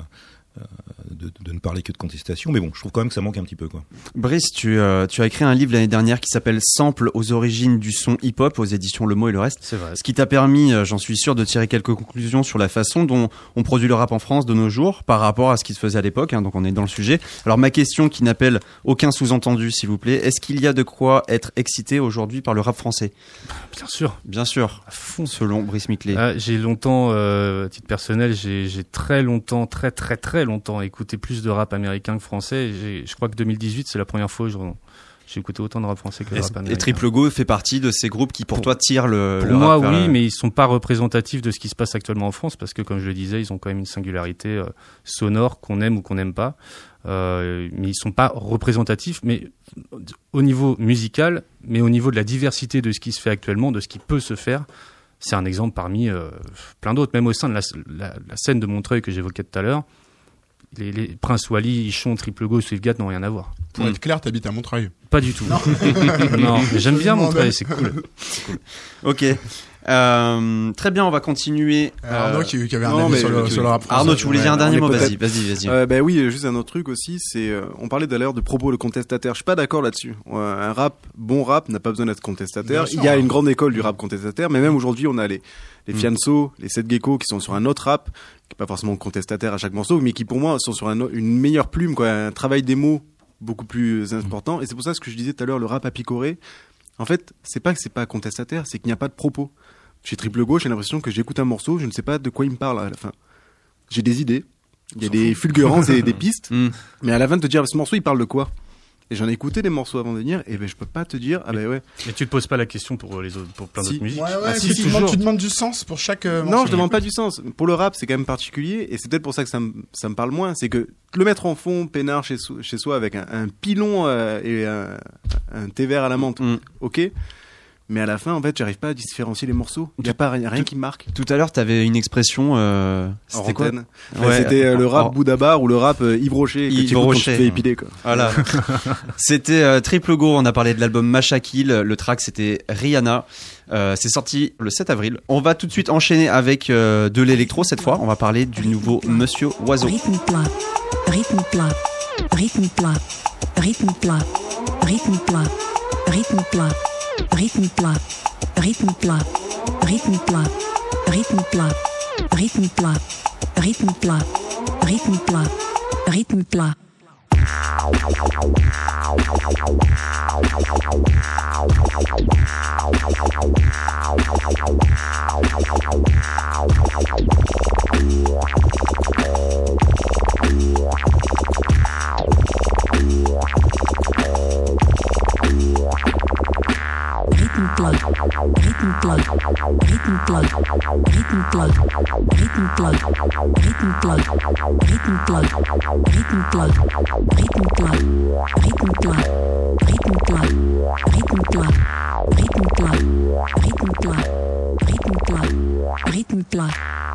[SPEAKER 5] De ne parler que de contestation, mais bon, je trouve quand même que ça manque un petit peu, quoi.
[SPEAKER 2] Brice, tu as écrit un livre l'année dernière qui s'appelle Sample aux origines du son hip-hop aux éditions Le Mot et le Reste.
[SPEAKER 7] C'est vrai.
[SPEAKER 2] Ce qui t'a permis, j'en suis sûr, de tirer quelques conclusions sur la façon dont on produit le rap en France de nos jours par rapport à ce qui se faisait à l'époque, donc on est dans le sujet. Alors ma question qui n'appelle aucun sous-entendu, s'il vous plaît, est-ce qu'il y a de quoi être excité aujourd'hui par le rap français? Bien sûr, à fond, selon Brice Miclet.
[SPEAKER 7] J'ai longtemps, à titre personnel, j'ai très longtemps écouté plus de rap américain que français. Je crois que 2018, c'est la première fois que j'ai écouté autant de rap français que de rap américain.
[SPEAKER 2] Et Triple Go fait partie de ces groupes qui, pour toi, tirent le rap.
[SPEAKER 7] Pour moi, oui, mais ils sont pas représentatifs de ce qui se passe actuellement en France, parce que, comme je le disais, ils ont quand même une singularité sonore qu'on aime ou qu'on n'aime pas. Mais ils sont pas représentatifs, mais au niveau musical, mais au niveau de la diversité de ce qui se fait actuellement, de ce qui peut se faire. C'est un exemple parmi plein d'autres, même au sein de la scène de Montreuil que j'évoquais tout à l'heure. Les Prince Wally, Ichon, Triple Go, Swiftgat n'ont rien à voir.
[SPEAKER 6] Pour être clair, t'habites à Montreuil.
[SPEAKER 7] Pas du tout. Non, mais j'aime bien Montreuil, c'est cool.
[SPEAKER 2] Ok. Très bien, on va continuer.
[SPEAKER 6] Arnaud qui avait un avis sur le rap français.
[SPEAKER 2] Arnaud, tu voulais dire un dernier mot? Vas-y.
[SPEAKER 3] Oui, juste un autre truc aussi, c'est on parlait d'ailleurs de propos de contestataire. Je suis pas d'accord là-dessus. Un bon rap n'a pas besoin d'être contestataire. Il y a une grande école du rap contestataire, mais même aujourd'hui, on a les Fianso, les Seth Gecko qui sont sur un autre rap, qui est pas forcément contestataire à chaque morceau, mais qui pour moi sont sur une meilleure plume, quoi, un travail des mots beaucoup plus important. Et c'est pour ça ce que je disais tout à l'heure, le rap à picorer. En fait, c'est pas que c'est pas contestataire, c'est qu'il n'y a pas de propos. Chez Triple Go, j'ai l'impression que j'écoute un morceau, je ne sais pas de quoi il me parle à la fin. J'ai des idées, il y a des fulgurances et des pistes, mais à la fin de te dire ce morceau il parle de quoi? Et j'en ai écouté des morceaux avant de venir, et je peux pas te dire, ouais.
[SPEAKER 7] Mais tu te poses pas la question pour les autres, pour plein d'autres musiques.
[SPEAKER 6] Ouais, tu demandes du sens pour chaque morceau.
[SPEAKER 3] Non, je demande pas du sens. Pour le rap, c'est quand même particulier, et c'est peut-être pour ça que ça me parle moins, c'est que le mettre en fond, peinard chez soi avec un pilon et un thé vert à la menthe. Ok. Mais à la fin, en fait, j'arrive pas à différencier les morceaux. Il y a rien qui me marque.
[SPEAKER 2] Tout à l'heure, t'avais une expression.
[SPEAKER 3] C'était quoi? C'était le rap Bouddha ou le rap Yves Rocher.
[SPEAKER 2] Yves Rocher.
[SPEAKER 3] Quand tu te fais épiler, quoi.
[SPEAKER 2] Voilà. C'était Triple Go. On a parlé de l'album Masha Kill. Le track, c'était Rihanna. C'est sorti le 7 avril. On va tout de suite enchaîner avec de l'électro cette fois. On va parler du nouveau Monsieur Oizo.
[SPEAKER 9] Rythme plat, rythme plat, rythme plat, rythme plat, rythme plat, rythme plat. Rythme plat, rythme plat, rythme plat, rythme plat, rythme plat, rythme plat, rythme plat, rythme plat. Rythme plat, rythme plat, rythme plat, rythme plat, rythme plat, rythme plat, rythme plat, rythme plat, rythme plat, rythme plat, rythme plat, rythme plat, rythme plat, rythme plat, rythme plat, rythme plat.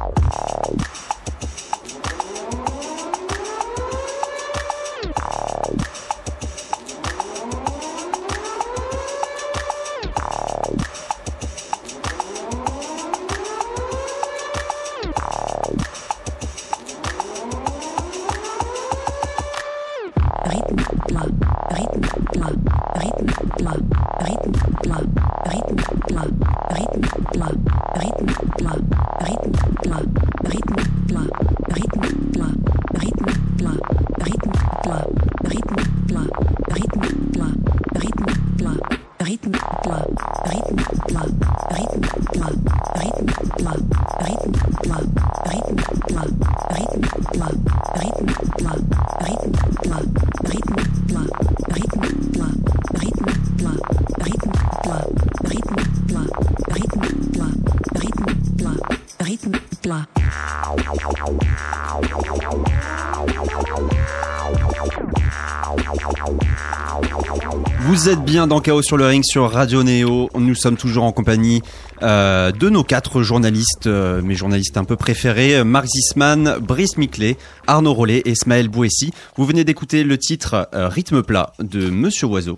[SPEAKER 2] Vous êtes bien dans Chaos sur le Ring sur Radio Néo. Nous sommes toujours en compagnie de nos 4 journalistes, mes journalistes un peu préférés, Marc Zisman, Brice Miclet, Arnaud Rollet et Smaël Bouessi. Vous venez d'écouter le titre Rythme plat de Monsieur Oizo,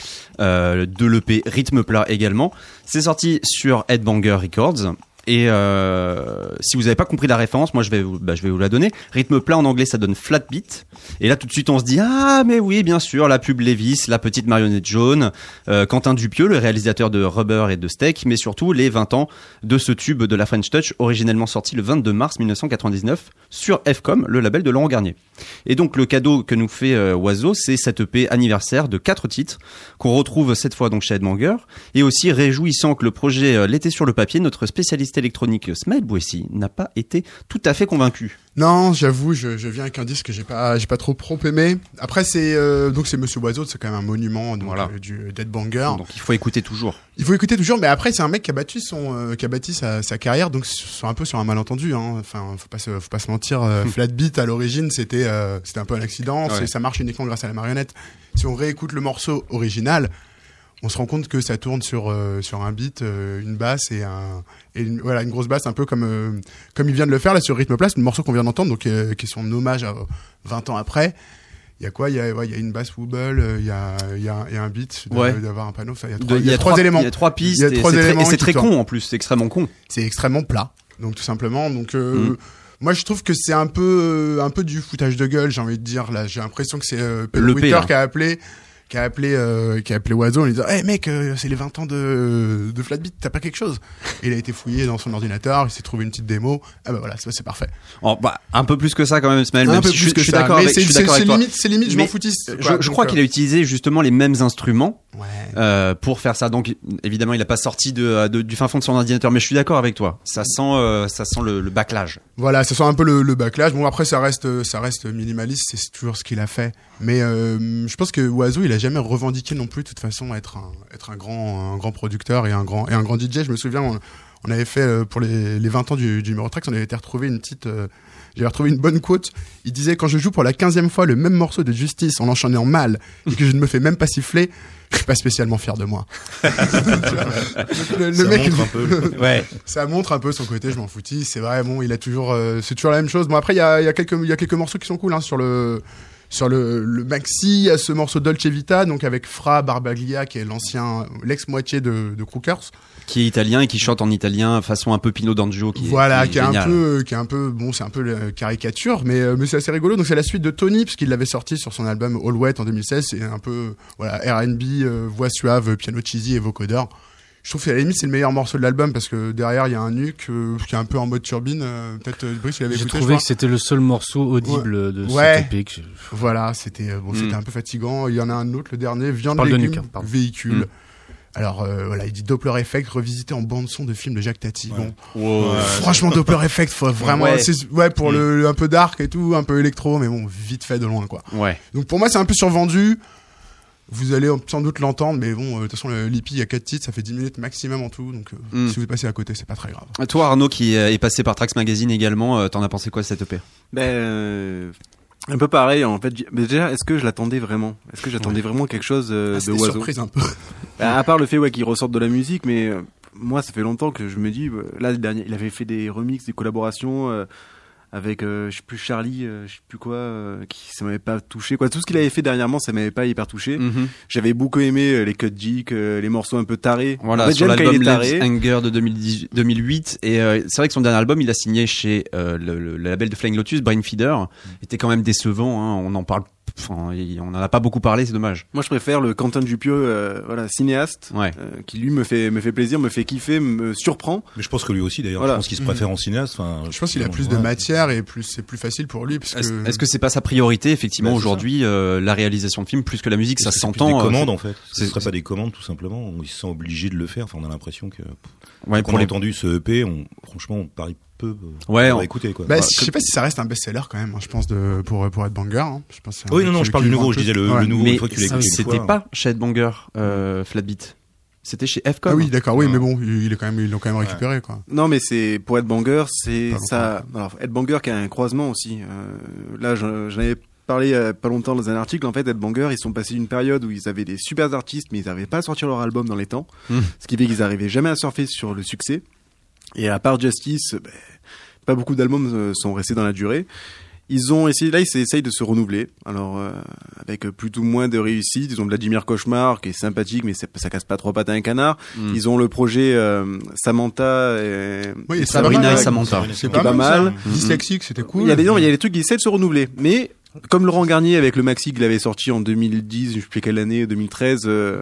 [SPEAKER 2] de l'EP Rythme plat également. C'est sorti sur Headbanger Records. Et si vous n'avez pas compris la référence, moi je vais vous la donner. Rythme plat en anglais, ça donne flat beat. Et là tout de suite on se dit ah mais oui bien sûr la pub Levi's, la petite marionnette jaune, Quentin Dupieux, le réalisateur de Rubber et de Steak, mais surtout les 20 ans de ce tube de la French Touch, originellement sorti le 22 mars 1999 sur FCOM, le label de Laurent Garnier. Et donc le cadeau que nous fait Oizo, c'est cette EP anniversaire de 4 titres qu'on retrouve cette fois donc chez Headbanger. Et aussi réjouissant que le projet l'était sur le papier, notre spécialiste électronique Smaël Bouessi n'a pas été tout à fait convaincu.
[SPEAKER 6] Non, j'avoue, je viens avec un disque que j'ai pas trop aimé. Après c'est Monsieur Oizo, c'est quand même un monument donc,
[SPEAKER 2] voilà.
[SPEAKER 6] Du Headbanger.
[SPEAKER 2] Donc il faut écouter toujours.
[SPEAKER 6] Mais après c'est un mec qui a bâti sa carrière donc un peu sur un malentendu. Hein. Enfin, faut pas se mentir. Flat Beat à l'origine c'était un peu un accident.
[SPEAKER 2] Ouais.
[SPEAKER 6] Ça marche uniquement grâce à la marionnette. Si on réécoute le morceau original, on se rend compte que ça tourne sur un beat, une basse et une grosse basse, un peu comme il vient de le faire là sur Rythme Plat, le morceau qu'on vient d'entendre, donc qui est son hommage à 20 ans après. Il y a quoi? Il y a une basse wobble, il y a un beat, d'avoir un panneau. Il y a 3 éléments.
[SPEAKER 2] Il y a 3 pistes.
[SPEAKER 6] Il y a 3 éléments
[SPEAKER 2] et c'est très con en plus. C'est extrêmement con.
[SPEAKER 6] C'est extrêmement plat. Donc tout simplement. Donc moi je trouve que c'est un peu du foutage de gueule. J'ai envie de dire là. J'ai l'impression que c'est Pedro Witter qui a appelé Oizo en lui disant hey mec c'est les 20 ans de Flatbeat, t'as pas quelque chose? Et il a été fouillé dans son ordinateur, il s'est trouvé une petite démo, voilà, c'est parfait.
[SPEAKER 2] Un peu plus que ça quand même, Smaël,
[SPEAKER 6] même si je suis d'accord avec toi. C'est limite je m'en foutiste.
[SPEAKER 2] Je crois qu'il a utilisé justement les mêmes instruments pour faire ça. Donc évidemment il a pas sorti du fin fond de son ordinateur, mais je suis d'accord avec toi, ça sent le bâclage. Voilà, ça sent un peu le bâclage. Bon après ça reste minimaliste, c'est toujours ce qu'il a fait, mais je pense que Oizo il a jamais revendiqué non plus de toute façon être un grand producteur et un grand DJ. Je me souviens,
[SPEAKER 6] on avait fait pour les 20 ans du numéro Trax, on avait été retrouver j'avais retrouvé une bonne quote. Il disait: quand je joue pour la 15e fois le même morceau de Justice en l'enchaînant mal et que je ne me fais même pas siffler, je suis pas spécialement fier de moi. le mec, ça montre un peu son côté je m'en foutis. C'est vrai, bon, il a toujours, c'est toujours la même chose. Bon, après il y a quelques morceaux qui sont cool, hein, sur le maxi, il y a ce morceau Dolce Vita, donc avec Fra Barbaglia, qui est l'ex-moitié de Crookers,
[SPEAKER 2] qui est italien et qui chante en italien façon un peu Pino D'Angio, qui est un peu bon, c'est un peu la caricature, mais c'est assez rigolo. Donc c'est la suite de Tony, parce qu'il l'avait sorti sur son album All Wet en 2016. C'est un peu R&B, voix suave, piano cheesy et vocodeur. Je trouve qu'à la limite c'est le meilleur morceau de l'album, parce que derrière il y a un nuque qui est un peu en mode turbine. Peut-être Brice l'avait écouté.
[SPEAKER 7] J'ai trouvé que c'était le seul morceau audible de cette EP.
[SPEAKER 6] Voilà, c'était un peu fatigant. Il y en a un autre, le dernier, Viande, légumes, véhicule. Alors il dit Doppler Effect revisité en bande son de film de Jacques Tati.
[SPEAKER 2] Ouais.
[SPEAKER 6] Bon, franchement Doppler Effect, faut vraiment pour le un peu dark et tout, un peu électro, mais bon, vite fait de loin quoi.
[SPEAKER 2] Ouais.
[SPEAKER 6] Donc pour moi c'est un peu survendu. Vous allez sans doute l'entendre, mais bon, de toute façon, l'EP, il y a 4 titres, ça fait 10 minutes maximum en tout, donc si vous passez à côté, c'est pas très grave.
[SPEAKER 2] Toi, Arnaud, qui est passé par Trax Magazine également, t'en as pensé quoi de cette EP ?
[SPEAKER 3] Un peu pareil, en fait. Mais déjà, est-ce que je l'attendais vraiment ? Est-ce que j'attendais vraiment quelque chose de Oizo ?
[SPEAKER 6] Surprise un peu.
[SPEAKER 3] À part le fait qu'il ressorte de la musique, mais moi, ça fait longtemps que je me dis, là, le dernier, il avait fait des remixes, des collaborations avec je sais plus Charlie, je sais plus quoi, qui ça m'avait pas touché quoi. Tout ce qu'il avait fait dernièrement, ça m'avait pas hyper touché. J'avais beaucoup aimé les cut jigs, les morceaux un peu tarés.
[SPEAKER 2] Voilà, en fait, sur l'album Leb's Anger de 2008, et c'est vrai que son dernier album, il a signé chez le label de Flying Lotus, Brainfeeder, était quand même décevant, hein, on en parle. Enfin, on en a pas beaucoup parlé, c'est dommage.
[SPEAKER 3] Moi, je préfère le Quentin Dupieux, cinéaste, qui lui me fait plaisir, me fait kiffer, me surprend.
[SPEAKER 5] Mais je pense que lui aussi, d'ailleurs, je pense qu'il se préfère en cinéaste.
[SPEAKER 6] Je pense qu'il a plus de matière et c'est plus facile pour lui.
[SPEAKER 2] Est-ce que c'est pas sa priorité, effectivement, aujourd'hui, la réalisation de films, plus que la musique, ça s'entend.
[SPEAKER 5] Des commandes, en fait. Ce serait pas des commandes, tout simplement. Il se sent obligé de le faire. Enfin, on a l'impression que.
[SPEAKER 2] Quand
[SPEAKER 5] on a entendu ce EP, franchement, on parie peu on écouter quoi.
[SPEAKER 6] Je sais pas si ça reste un best-seller quand même, je pense pour Headbanger, hein. Je pense
[SPEAKER 5] je parle du nouveau, je disais le nouveau, une fois que tu l'écoutes.
[SPEAKER 2] C'était pas chez Headbanger Flatbeat. C'était chez F-Com.
[SPEAKER 6] Ah oui, d'accord, oui, mais bon, ils l'ont quand même récupéré, quoi.
[SPEAKER 3] Non, mais c'est, pour Headbanger, c'est ça, alors, Headbanger qui a un croisement aussi, là, j'en avais parlé il y a pas longtemps dans un article. En fait, Headbanger, ils sont passés d'une période où ils avaient des super artistes, mais ils n'arrivaient pas à sortir leur album dans les temps. Ce qui fait qu'ils n'arrivaient jamais à surfer sur le succès. Et à part Justice, pas beaucoup d'albums sont restés dans la durée. Ils essayent de se renouveler. Alors, avec plus ou moins de réussite. Ils ont Vladimir Cauchemar, qui est sympathique, mais ça casse pas trois pattes à un canard. Ils ont le projet Samantha
[SPEAKER 6] et
[SPEAKER 2] Sabrina et Samantha.
[SPEAKER 6] C'est pas mal. Dyslexique, c'était cool.
[SPEAKER 3] Il y a des trucs qui essaient de se renouveler. Mais, comme Laurent Garnier avec le maxi qu'il avait sorti en 2010, je sais plus quelle année, 2013.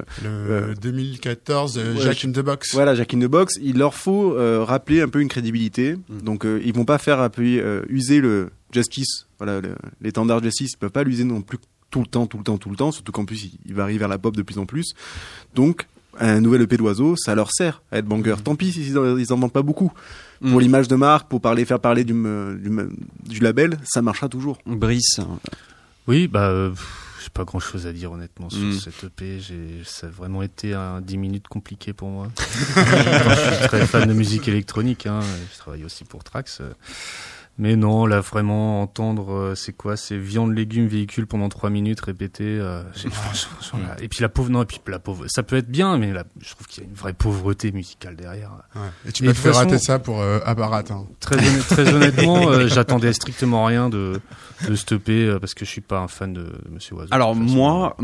[SPEAKER 6] 2014, Jack in the Box.
[SPEAKER 3] Voilà, Jack in the Box. Il leur faut rappeler un peu une crédibilité. Donc, ils vont pas faire user le Justice. Voilà, l'étendard Justice, ils peuvent pas l'user non plus tout le temps. Surtout qu'en plus, il varie vers la pop de plus en plus. Donc, un nouvel EP d'Oizo, ça leur sert à Headbanger. Tant pis s'ils en vendent pas beaucoup. Pour l'image de marque, pour faire parler du label, ça marchera toujours.
[SPEAKER 2] Brice.
[SPEAKER 7] Oui, j'ai pas grand chose à dire honnêtement sur cette EP. Ça a vraiment été 10 minutes compliqué pour moi. Je suis très fan de musique électronique, hein. Je travaille aussi pour Trax. Mais non, là vraiment entendre c'est viande, légumes, véhicule pendant 3 minutes répété. Et puis la pauvre, ça peut être bien, mais là, je trouve qu'il y a une vraie pauvreté musicale derrière.
[SPEAKER 6] Ouais. Et tu m'as fait rater ça pour Apparat. Hein.
[SPEAKER 7] Très honnêtement, j'attendais strictement rien de cette EP parce que je suis pas un fan de Monsieur Oizo.
[SPEAKER 2] Alors moi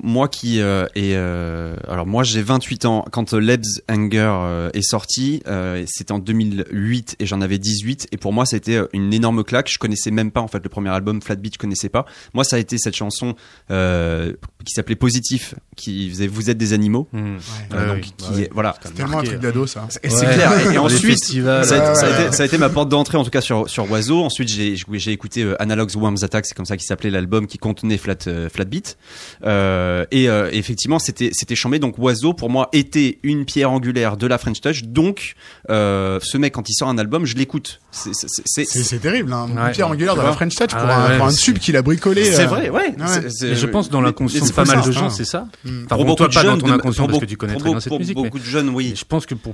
[SPEAKER 2] j'ai 28 ans quand Leb's Anger est sorti. C'était en 2008 et j'en avais 18 et pour moi c'était une énorme claque. Je connaissais même pas en fait le premier album Flatbeat, je connaissais pas. Moi ça a été cette chanson qui s'appelait Positif, qui faisait Vous êtes des animaux. Voilà.
[SPEAKER 6] C'est tellement un truc d'ado ça.
[SPEAKER 2] C'est clair. Et ensuite ça a été ma porte d'entrée en tout cas sur Oizo. Ensuite j'ai écouté Analogues Worms Attack, c'est comme ça qu'il s'appelait l'album qui contenait Flatbeat. Et effectivement c'était chambé. Donc Oizo pour moi était une pierre angulaire de la French Touch. Donc ce mec quand il sort un album je l'écoute.
[SPEAKER 6] C'est terrible, hein. Une pierre angulaire de la French Touch pour un tube qu'il a bricolé.
[SPEAKER 2] C'est vrai, ouais.
[SPEAKER 7] Mais je pense dans l'inconscient de pas mal de gens, c'est ça.
[SPEAKER 2] Pour beaucoup de jeunes,
[SPEAKER 7] dans ton inconscient parce que tu connais très bien cette musique.
[SPEAKER 2] Beaucoup de jeunes, oui.
[SPEAKER 7] Je pense que pour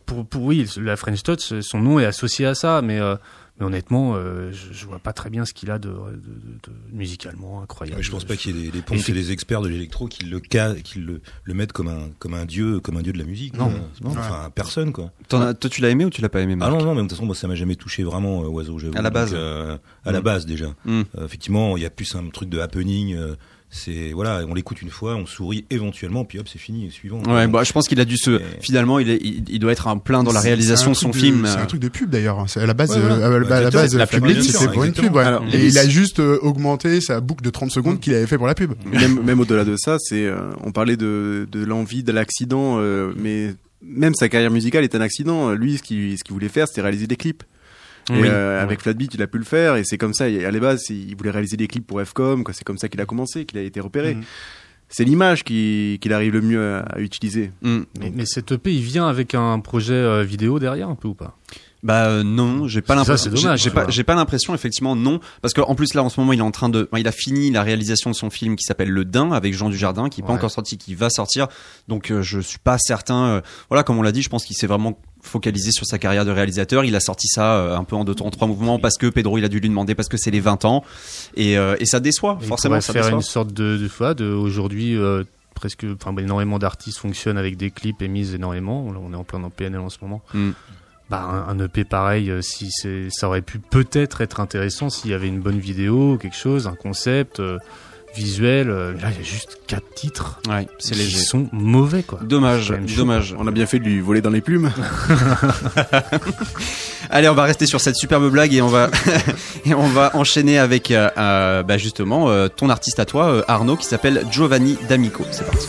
[SPEAKER 7] oui, la French Touch, son nom est associé à ça, mais honnêtement, je vois pas très bien ce qu'il a de musicalement incroyable.
[SPEAKER 5] Ouais, je pense pas qu'il y ait des pontes et des experts de l'électro qui le mettent comme un dieu de la musique.
[SPEAKER 7] Non,
[SPEAKER 5] enfin personne quoi.
[SPEAKER 2] Toi, tu l'as aimé ou tu l'as pas aimé, Marc?
[SPEAKER 5] Ah non, mais de toute façon, moi, ça m'a jamais touché vraiment, Oiseau. J'avoue.
[SPEAKER 2] À la base.
[SPEAKER 5] Donc, à la base déjà. Effectivement, il y a plus un truc de happening. C'est voilà, on l'écoute une fois, on sourit éventuellement, puis hop, c'est fini, suivant.
[SPEAKER 2] Ouais, bah je pense qu'il a dû finalement, il doit être un plein dans la réalisation de son film.
[SPEAKER 6] C'est un truc de pub d'ailleurs. À la base,
[SPEAKER 2] la
[SPEAKER 6] Flablady, c'était pour une pub. Ouais.
[SPEAKER 2] Alors,
[SPEAKER 6] et il a juste augmenté sa boucle de 30 secondes qu'il avait fait pour la pub.
[SPEAKER 3] Même au-delà de ça, on parlait de l'envie, de l'accident, mais même sa carrière musicale est un accident. Lui, ce qu'il voulait faire, c'était réaliser des clips. Et avec Flatbeat, il a pu le faire, et c'est comme ça. À la base, il voulait réaliser des clips pour Fcom, quoi. C'est comme ça qu'il a commencé, qu'il a été repéré. C'est l'image qu'il arrive le mieux à utiliser.
[SPEAKER 7] Mais cette EP, il vient avec un projet vidéo derrière, un peu ou pas?
[SPEAKER 2] Bah non, j'ai pas l'impression.
[SPEAKER 7] C'est dommage.
[SPEAKER 2] J'ai pas l'impression, effectivement, non, parce qu'en plus là en ce moment il est en train il a fini la réalisation de son film qui s'appelle Le Dain avec Jean Dujardin, qui est pas encore sorti, qui va sortir. Donc je suis pas certain. Voilà, comme on l'a dit, je pense qu'il s'est vraiment focalisé sur sa carrière de réalisateur. Il a sorti ça un peu en 2 temps, 3 mouvements parce que Pedro il a dû lui demander parce que c'est les 20 ans et ça déçoit forcément.
[SPEAKER 7] Ça faire une sorte de aujourd'hui. Presque, énormément d'artistes fonctionnent avec des clips émis énormément. Là, on est en plein dans PNL en ce moment. Un EP pareil, ça aurait pu peut-être être intéressant s'il y avait une bonne vidéo, quelque chose, un concept visuel. Là, il y a juste 4 titres.
[SPEAKER 2] Ouais, c'est léger.
[SPEAKER 7] Qui sont mauvais, quoi.
[SPEAKER 2] Dommage.
[SPEAKER 3] On a bien fait de lui voler dans les plumes.
[SPEAKER 2] Allez, on va rester sur cette superbe blague et on va enchaîner avec justement ton artiste à toi, Arnaud, qui s'appelle Giovanni D'Amico. C'est parti.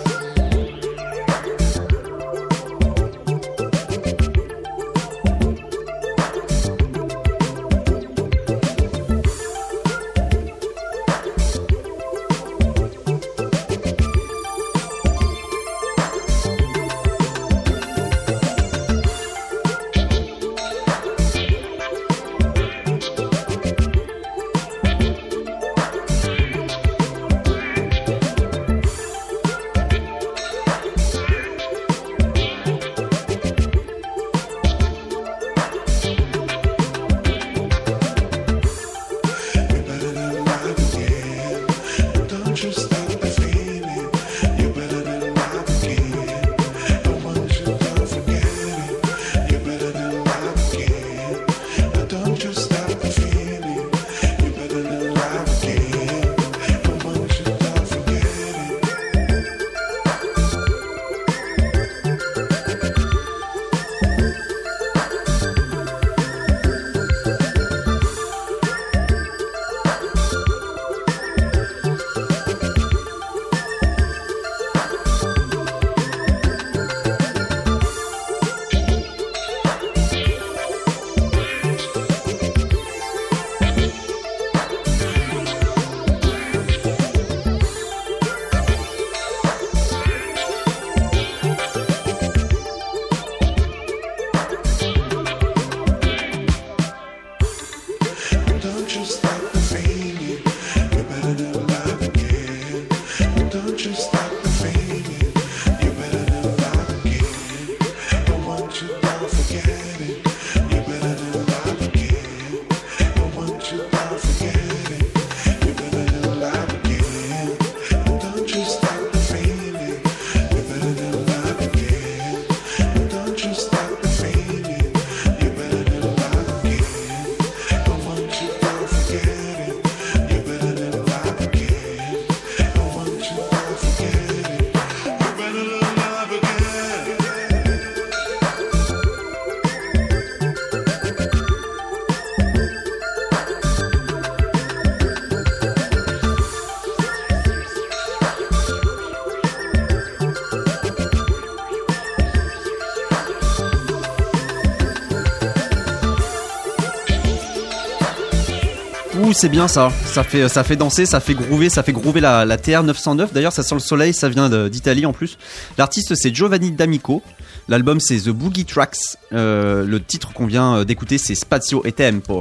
[SPEAKER 2] C'est bien ça fait danser, ça fait groover la TR 909. D'ailleurs ça sent le soleil, ça vient d'Italie en plus. L'artiste c'est Giovanni D'Amico, l'album c'est The Boogie Tracks, le titre qu'on vient d'écouter c'est Spazio e Tempo.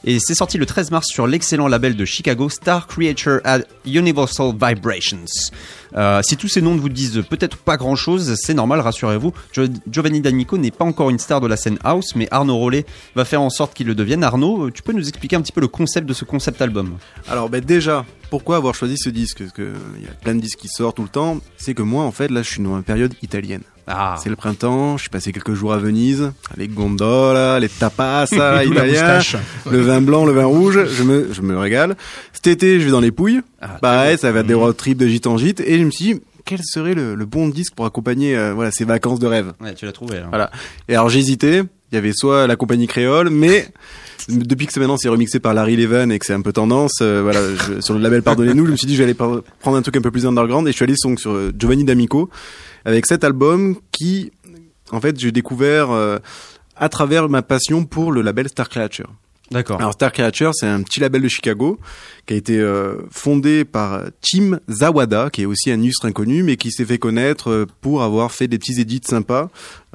[SPEAKER 2] Et c'est sorti le 13 mars sur l'excellent label de Chicago, Star Creature at Universal Vibrations. Si tous ces noms ne vous disent peut-être pas grand-chose, c'est normal, rassurez-vous. Giovanni D'Amico n'est pas encore une star de la scène house, mais Arnaud Rollet va faire en sorte qu'il le devienne. Arnaud, tu peux nous expliquer un petit peu le concept de ce concept album ?
[SPEAKER 3] Alors déjà, pourquoi avoir choisi ce disque ? Parce qu'il y a plein de disques qui sortent tout le temps. C'est que moi, en fait, là, je suis dans une période italienne. C'est le printemps, je suis passé quelques jours à Venise, les gondolas, les tapas, italiens, le vin blanc, le vin rouge, je me régale. Cet été, je vais dans les Pouilles, ça va être des road trips de gîte en gîte, et je me suis dit, quel serait le bon disque pour accompagner ces vacances de rêve ?
[SPEAKER 2] Ouais, tu l'as trouvé. Hein.
[SPEAKER 3] Voilà. Et alors j'ai hésité, il y avait soit la compagnie créole, mais depuis que maintenant c'est remixé par Larry Levan et que c'est un peu tendance, sur le label Pardonnez-nous, je me suis dit j'allais prendre un truc un peu plus underground, et je suis allé sur Giovanni D'Amico, avec cet album qui, en fait, j'ai découvert à travers ma passion pour le label Star Creature.
[SPEAKER 2] D'accord.
[SPEAKER 3] Alors Star Creature, c'est un petit label de Chicago qui a été fondé par Tim Zawada, qui est aussi un illustre inconnu, mais qui s'est fait connaître pour avoir fait des petits edits sympas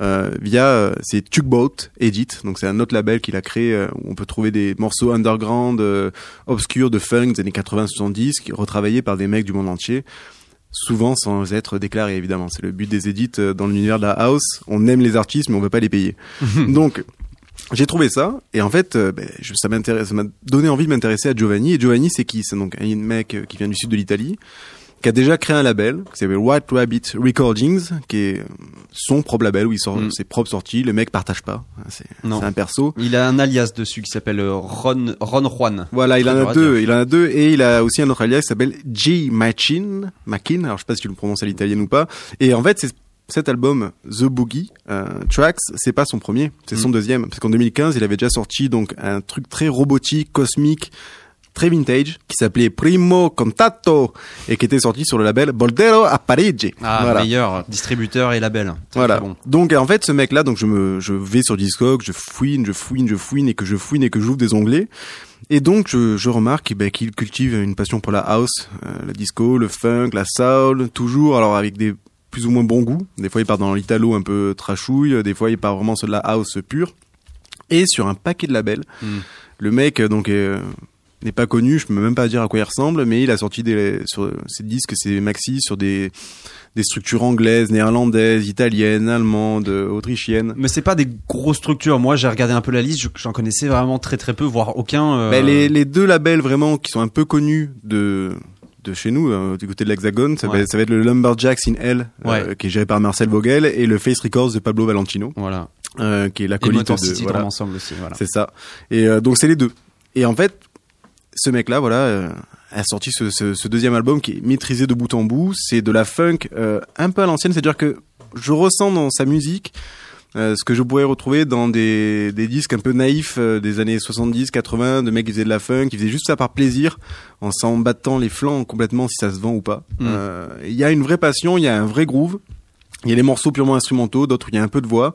[SPEAKER 3] via ses Tugboat Edit. Donc c'est un autre label qu'il a créé où on peut trouver des morceaux underground, obscurs de funk des années 80-70, qui retravaillés par des mecs du monde entier. Souvent sans être déclaré, évidemment. C'est le but des edits dans l'univers de la house. On aime les artistes, mais on veut pas les payer. Donc, j'ai trouvé ça, et en fait, ça m'a donné envie de m'intéresser à Giovanni. Et Giovanni, c'est qui ? C'est donc un mec qui vient du sud de l'Italie, qui a déjà créé un label qui s'appelle White Rabbit Recordings, qui est son propre label où il sort ses propres sorties. Le mec partage pas, c'est un perso.
[SPEAKER 2] Il a un alias dessus qui s'appelle Ron Juan.
[SPEAKER 3] Voilà, il en a deux, et il a aussi un autre alias qui s'appelle G. Machin. Alors je sais pas si tu le prononces à l'italienne ou pas. Et en fait, cet album The Boogie Tracks, c'est pas son premier, c'est son deuxième, parce qu'en 2015, il avait déjà sorti donc un truc très robotique, cosmique, très vintage, qui s'appelait Primo Contatto, et qui était sorti sur le label Boldero a Parigi.
[SPEAKER 2] Meilleur distributeur et label.
[SPEAKER 3] Voilà. Bon. Donc, en fait, ce mec-là, donc, je vais sur Discog, je fouine, et que j'ouvre des onglets. Et donc, je remarque, qu'il cultive une passion pour la house, la disco, le funk, la soul, toujours, alors avec des plus ou moins bons goûts. Des fois, il part dans l'italo un peu trashouille, des fois, il part vraiment sur de la house pure. Et sur un paquet de labels. Le mec, donc, n'est pas connu, je peux même pas dire à quoi il ressemble, mais il a sorti sur ses disques, ses maxi sur des structures anglaises, néerlandaises, italiennes, allemandes, autrichiennes.
[SPEAKER 2] Mais c'est pas des grosses structures. Moi, j'ai regardé un peu la liste, j'en connaissais vraiment très très peu, voire aucun.
[SPEAKER 3] Les deux labels vraiment qui sont un peu connus de chez nous, du côté de l'Hexagone, ça va être le Lumberjacks in Hell, qui est géré par Marcel Vogel, et le Face Records de Pablo Valentino.
[SPEAKER 2] Voilà.
[SPEAKER 3] Qui est l'acolyte de
[SPEAKER 2] City ensemble aussi. Voilà.
[SPEAKER 3] C'est ça. Et donc c'est les deux. Et en fait, ce mec-là, a sorti ce deuxième album qui est maîtrisé de bout en bout. C'est de la funk un peu à l'ancienne, c'est-à-dire que je ressens dans sa musique ce que je pourrais retrouver dans des disques un peu naïfs des années 70, 80, de mecs qui faisaient de la funk, qui faisaient juste ça par plaisir, en s'en battant les flancs complètement si ça se vend ou pas. Il y a une vraie passion, il y a un vrai groove. Il y a des morceaux purement instrumentaux, d'autres où il y a un peu de voix.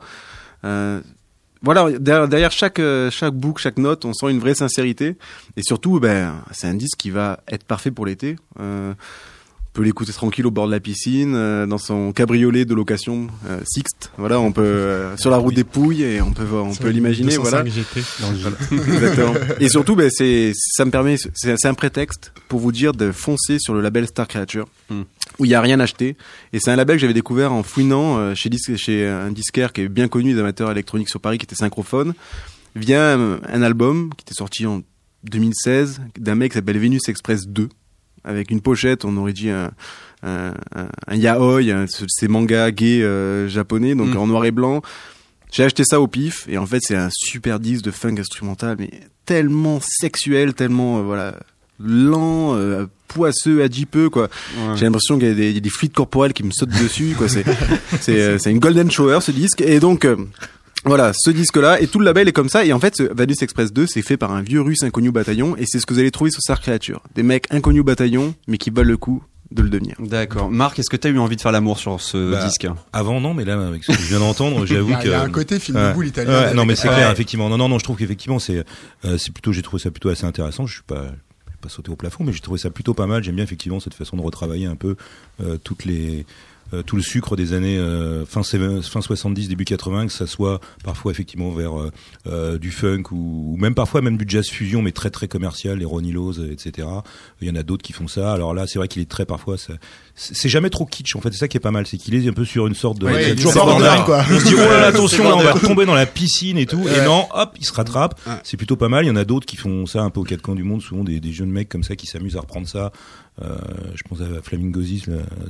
[SPEAKER 3] Voilà, derrière chaque boucle, chaque note, on sent une vraie sincérité. Et surtout, c'est un disque qui va être parfait pour l'été. On peut l'écouter tranquille au bord de la piscine, dans son cabriolet de location Sixt. Voilà, on peut sur la route des Pouilles, et on peut l'imaginer. Voilà.
[SPEAKER 7] GT dans le jeu.
[SPEAKER 3] Exactement. Et surtout, ça me permet, c'est un prétexte pour vous dire de foncer sur le label Star Creature, où il y a rien acheté. Et c'est un label que j'avais découvert en fouinant chez un disquaire qui est bien connu des amateurs électroniques sur Paris, qui était Synchrophone, via un album qui était sorti en 2016 d'un mec qui s'appelle Venus Express 2. Avec une pochette, on aurait dit un yaoi, ces mangas gays japonais, donc en noir et blanc. J'ai acheté ça au pif, et en fait c'est un super disque de funk instrumental, mais tellement sexuel, tellement lent, poisseux, adipeux, quoi. Ouais. J'ai l'impression qu'il y a des fluides corporels qui me sautent dessus, quoi. C'est une golden shower, ce disque, et donc voilà, ce disque-là, et tout le label est comme ça, et en fait, ce Venus Express 2, c'est fait par un vieux russe inconnu bataillon, et c'est ce que vous allez trouver sur Star Creature. Des mecs inconnus bataillon, mais qui valent le coup de le devenir.
[SPEAKER 2] D'accord. Marc, est-ce que t'as eu envie de faire l'amour sur ce disque ?
[SPEAKER 5] Avant, non, mais là, avec ce que je viens d'entendre, j'avoue que...
[SPEAKER 6] Il y a un côté film de boule italien.
[SPEAKER 5] Non, mais c'est clair, effectivement. Non, je trouve qu'effectivement, j'ai trouvé ça plutôt assez intéressant. Je suis pas sauté au plafond, mais j'ai trouvé ça plutôt pas mal. J'aime bien effectivement cette façon de retravailler un peu toutes les tout le sucre des années fin 70, début 80, que ça soit parfois effectivement vers du funk ou même parfois même du jazz fusion, mais très très commercial, les Ronnie Laws, etc. Il y en a d'autres qui font ça. Alors là, c'est vrai qu'il est très parfois, c'est jamais trop kitsch. En fait, c'est ça qui est pas mal, c'est qu'il est un peu sur une sorte de.
[SPEAKER 6] Ouais,
[SPEAKER 5] toujours
[SPEAKER 6] quoi.
[SPEAKER 5] On se dit oh là là, attention, là, on va tomber dans la piscine et tout. Et non, hop, il se rattrape. C'est plutôt pas mal. Il y en a d'autres qui font ça un peu aux quatre coins du monde, souvent des jeunes mecs comme ça qui s'amusent à reprendre ça. Je pense à Flamingozis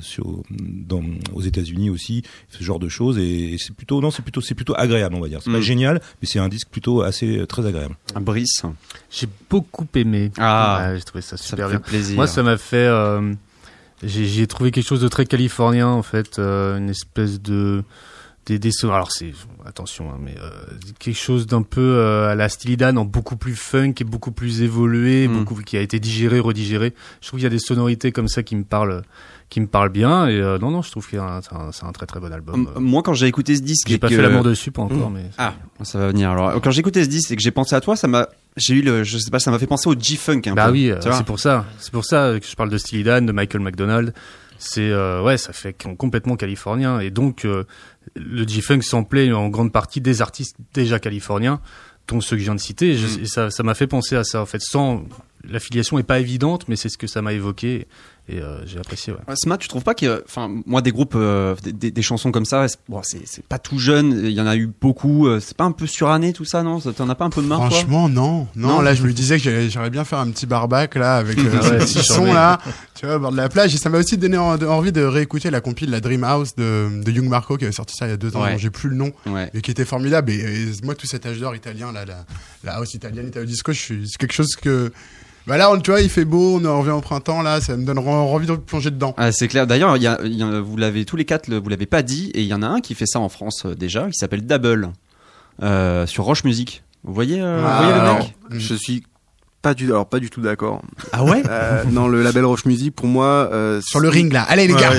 [SPEAKER 5] aux États-Unis aussi, ce genre de choses, et c'est plutôt agréable, on va dire. C'est pas génial, mais c'est un disque plutôt très agréable.
[SPEAKER 2] Brice,
[SPEAKER 7] j'ai beaucoup aimé. J'ai trouvé ça super bien.
[SPEAKER 2] Plaisir.
[SPEAKER 7] Moi, ça m'a fait. J'ai trouvé quelque chose de très californien en fait, une espèce de des sonores. Alors c'est attention, mais quelque chose d'un peu à la Steely Dan, en beaucoup plus funk et beaucoup plus évolué, qui a été digéré, redigéré. Je trouve qu'il y a des sonorités comme ça qui me parlent bien. Et non, je trouve que c'est un très très bon album.
[SPEAKER 2] Moi, quand j'ai écouté ce disque,
[SPEAKER 7] j'ai pas fait l'amour dessus, pas encore, mais
[SPEAKER 2] ça va venir. Alors, quand j'ai écouté ce disque et que j'ai pensé à toi, ça m'a fait penser au G-Funk un peu.
[SPEAKER 7] Bah oui, c'est pour ça que je parle de Steely Dan, de Michael McDonald. C'est ça fait complètement californien, et donc le G-Funk samplait en grande partie des artistes déjà californiens, dont ceux que je viens de citer, et ça m'a fait penser à ça en fait. Sans l'affiliation est pas évidente, mais c'est ce que ça m'a évoqué. Et j'ai apprécié. Ouais.
[SPEAKER 2] Smat, tu trouves pas que, moi, des groupes, des chansons comme ça, c'est pas tout jeune. Il y en a eu beaucoup. C'est pas un peu suranné tout ça, non? T'en as pas un peu de marre?
[SPEAKER 6] Franchement, non. Là, je me disais que j'aurais bien faire un petit barbac là avec ces petits sons là, tu vois, au bord de la plage. Et ça m'a aussi donné envie de réécouter la compile, la Dream House de Young Marco, qui avait sorti ça il y a 2 ans. J'ai plus le nom, et qui était formidable. Et moi, tout cet âge d'or italien là, la house italienne, Italo Disco, c'est quelque chose que. Bah là, tu vois, il fait beau, on revient au printemps, là, ça me donne envie de plonger dedans.
[SPEAKER 2] Ah, c'est clair. D'ailleurs, vous l'avez tous les 4, vous l'avez pas dit, et il y en a un qui fait ça en France déjà, qui s'appelle Double, sur Roche Music. Vous voyez le mec?
[SPEAKER 3] Je suis pas du tout d'accord.
[SPEAKER 2] Ah ouais?
[SPEAKER 3] Non, le label Roche Music, pour moi,
[SPEAKER 6] sur le ring là. Allez les gars.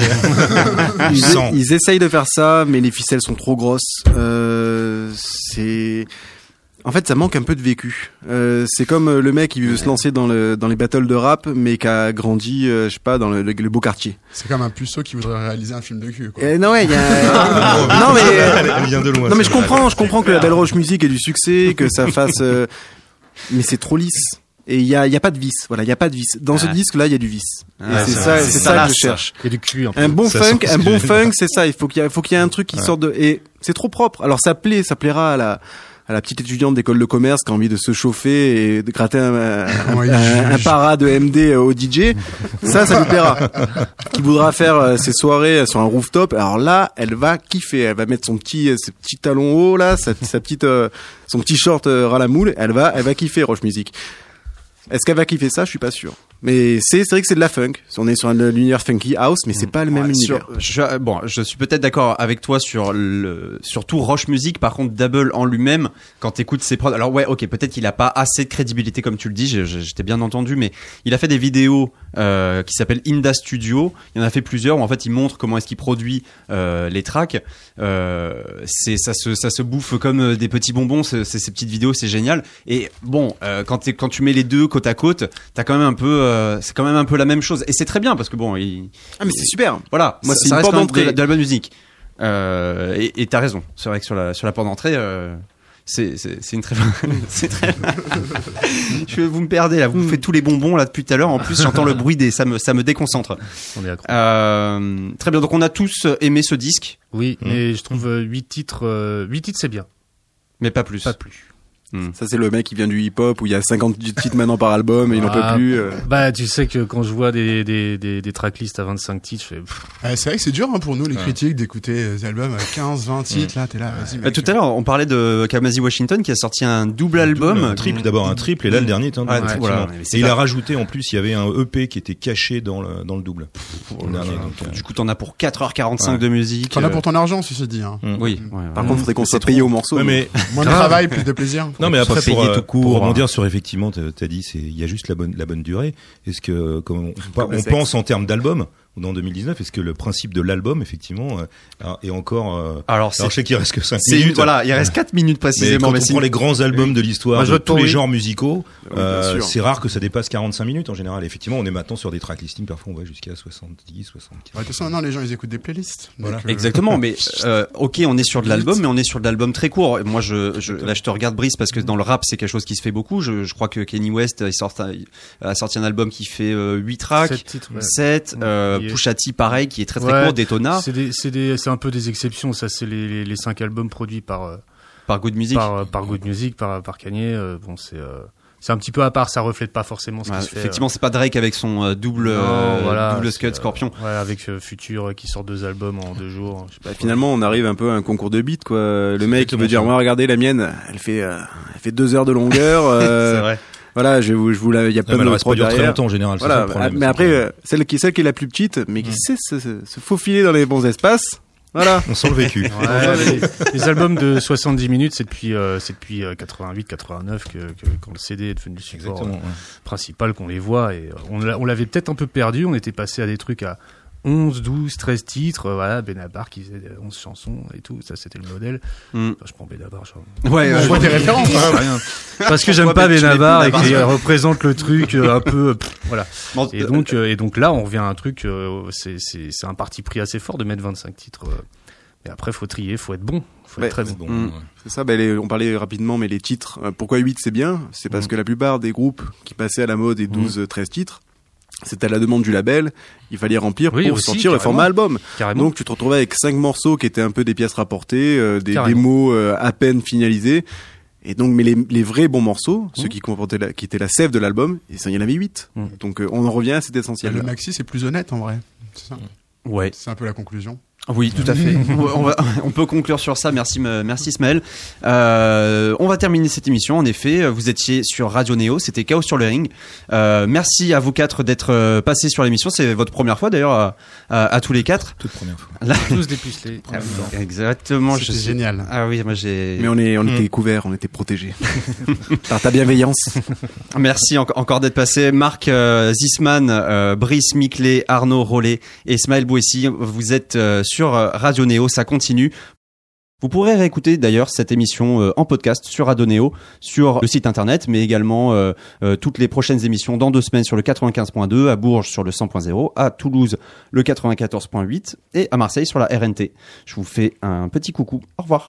[SPEAKER 3] Ils essayent de faire ça, mais les ficelles sont trop grosses. En fait, ça manque un peu de vécu. C'est comme le mec qui veut se lancer dans les battles de rap, mais qui a grandi, je sais pas, dans le beau quartier.
[SPEAKER 6] C'est comme un puceau qui voudrait réaliser un film de cul, quoi.
[SPEAKER 3] Non, ouais, il y a. Non, mais.
[SPEAKER 5] Elle vient de loin.
[SPEAKER 3] Non, mais je comprends que la Belle Roche Music ait du succès, que ça fasse. Mais c'est trop lisse. Et il y a pas de vice. Voilà, il y a pas de vice. Dans ce disque là, il y a du vice. C'est ça que je cherche.
[SPEAKER 7] Et du cul.
[SPEAKER 3] Un bon funk, c'est ça. Il faut qu'il y ait un truc qui sorte de. Et c'est trop propre. Alors ça plaira à la petite étudiante d'école de commerce qui a envie de se chauffer et de gratter un para de MD au DJ. Ça lui plaira. Qui voudra faire ses soirées sur un rooftop. Alors là, elle va kiffer. Elle va mettre ses petits talons hauts là, son petit short ras la moule. Elle va kiffer Roche Music. Est-ce qu'elle va kiffer ça? Je suis pas sûr. Mais c'est vrai que c'est de la funk. On est sur l'univers funky house, mais c'est pas le même univers.
[SPEAKER 2] Je suis peut-être d'accord avec toi surtout Roche Music. Par contre, Double en lui-même, quand t'écoutes ses prods, alors ouais, ok, peut-être qu'il a pas assez de crédibilité comme tu le dis. J'étais bien entendu, mais il a fait des vidéos qui s'appellent Inda Studio. Il en a fait plusieurs où en fait il montre comment est-ce qu'il produit les tracks. Ça se bouffe comme des petits bonbons. Ces petites vidéos, c'est génial. Et bon, quand tu mets les deux côte à côte, t'as quand même un peu c'est quand même un peu la même chose, et c'est très bien parce que bon
[SPEAKER 3] mais c'est super.
[SPEAKER 2] Voilà,
[SPEAKER 3] moi
[SPEAKER 2] ça reste quand même de la bonne musique, et t'as raison, c'est vrai que sur la porte d'entrée c'est une très vous me perdez là, vous me faites tous les bonbons là depuis tout à l'heure, en plus j'entends le bruit ça me déconcentre. Très bien, donc on a tous aimé ce disque.
[SPEAKER 7] Oui, mais je trouve 8 titres c'est bien,
[SPEAKER 2] mais pas plus.
[SPEAKER 3] Ça c'est le mec qui vient du hip-hop où il y a 50 titres maintenant par album et il n'en peut plus.
[SPEAKER 7] Bah tu sais que quand je vois des tracklists à 25 titres, je fais...
[SPEAKER 6] c'est vrai que c'est dur pour nous les critiques d'écouter des albums à 15-20 titres. Là t'es là, vas-y mec.
[SPEAKER 2] Tout à l'heure on parlait de Kamasi Washington qui a sorti un double album,
[SPEAKER 5] un triple et là le dernier est un double. Voilà. Et il a rajouté en plus, il y avait un EP qui était caché dans le double.
[SPEAKER 2] Du coup t'en as pour 4h45 de musique.
[SPEAKER 6] T'en as pour ton argent, si c'est dit.
[SPEAKER 2] Oui.
[SPEAKER 3] Par contre faudrait qu'on soit payé au morceau.
[SPEAKER 6] Moins de travail, plus de plaisir.
[SPEAKER 5] Non mais après pour rebondir sur, effectivement, t'as dit il y a juste la bonne durée. Est-ce que comme on pense en termes d'album, en 2019. Est-ce que le principe de l'album, effectivement, est encore... Alors, je sais qu'il reste que 5 minutes.
[SPEAKER 2] Voilà, il reste 4 minutes précisément.
[SPEAKER 5] Mais quand on prend les grands albums de l'histoire de tous les genres musicaux, c'est rare que ça dépasse 45 minutes en général. Effectivement, on est maintenant sur des track listings, parfois on va jusqu'à 70, 75.
[SPEAKER 6] De toute façon, non, les gens, ils écoutent des playlists.
[SPEAKER 5] Voilà.
[SPEAKER 2] Exactement, mais ok, on est sur de l'album, mais on est sur de l'album très court. Et moi, là, je te regarde, Brice, parce que dans le rap, c'est quelque chose qui se fait beaucoup. Je crois que Kanye West a sorti un album qui fait 8 tracks,
[SPEAKER 7] 7 titres,
[SPEAKER 2] 7. Pusha T, pareil, qui est très très court, Daytona.
[SPEAKER 7] C'est un peu des exceptions. Ça, c'est les 5 albums produits par
[SPEAKER 2] Good Music,
[SPEAKER 7] par Good Music, par Kanye. Bon, c'est un petit peu à part, ça reflète pas forcément ce qui se fait.
[SPEAKER 2] Effectivement, c'est pas Drake avec son double Scud Scorpion.
[SPEAKER 7] Avec Future qui sort 2 albums en 2 jours. Je sais pas,
[SPEAKER 3] finalement, on arrive un peu à un concours de beats, quoi. Le mec veut dire, moi, regardez la mienne, elle fait 2 heures de longueur.
[SPEAKER 2] C'est vrai.
[SPEAKER 3] Voilà, il y a plein de
[SPEAKER 5] prod derrière. Très longtemps en général.
[SPEAKER 3] Voilà,
[SPEAKER 5] c'est ça le problème,
[SPEAKER 3] mais après, celle qui est la plus petite, mais qui sait se faufiler dans les bons espaces. Voilà.
[SPEAKER 5] On sent le vécu.
[SPEAKER 7] Les albums de 70 minutes, c'est depuis 88, 89 que quand le CD est devenu le support principal qu'on les voit, et on l'avait peut-être un peu perdu. On était passé à des trucs à 11, 12, 13 titres, voilà, Benabar qui faisait 11 chansons et tout, ça c'était le modèle. Enfin, je prends Benabar,
[SPEAKER 6] je vois tes références.
[SPEAKER 7] Parce que j'aime pas Benabar et qu'il représente le truc un peu, voilà. Et donc là, on revient à un truc, c'est un parti pris assez fort de mettre 25 titres. Mais après, faut trier, faut être bon. Faut être très bon.
[SPEAKER 3] C'est ça, on parlait rapidement, mais les titres, pourquoi 8 c'est bien? C'est parce que la plupart des groupes qui passaient à la mode et 12, 13 titres, c'était à la demande du label, il fallait remplir pour sortir le format album.
[SPEAKER 7] Carrément.
[SPEAKER 3] Donc tu te retrouvais avec 5 morceaux qui étaient un peu des pièces rapportées, des démos à peine finalisées. Et donc, mais les vrais bons morceaux, ceux qui étaient la sève de l'album, il y en avait 8. Donc on en revient à cet essentiel.
[SPEAKER 6] Le maxi, c'est plus honnête en vrai. C'est ça.
[SPEAKER 2] Ouais.
[SPEAKER 6] C'est un peu la conclusion.
[SPEAKER 2] Oui, tout à fait. On peut conclure sur ça. Merci Ismaël. On va terminer cette émission. En effet, vous étiez sur Radio Néo. C'était Chaos sur le ring. Merci à vous 4 d'être passés sur l'émission. C'est votre première fois d'ailleurs à tous les 4.
[SPEAKER 5] Toute première fois.
[SPEAKER 2] Là...
[SPEAKER 7] Tous dépucelés.
[SPEAKER 2] Exactement.
[SPEAKER 6] C'était génial.
[SPEAKER 2] Ah oui, moi j'ai.
[SPEAKER 3] Mais on était couverts, on était protégés par ta bienveillance.
[SPEAKER 2] Merci encore d'être passé. Marc Zisman, Brice Miclet, Arnaud Rollet et Ismaël Bouessi. Vous êtes sur Radio Néo, ça continue. Vous pourrez réécouter d'ailleurs cette émission en podcast sur Radio Néo, sur le site internet, mais également toutes les prochaines émissions dans 2 semaines sur le 95.2, à Bourges sur le 100.0, à Toulouse le 94.8 et à Marseille sur la RNT. Je vous fais un petit coucou. Au revoir.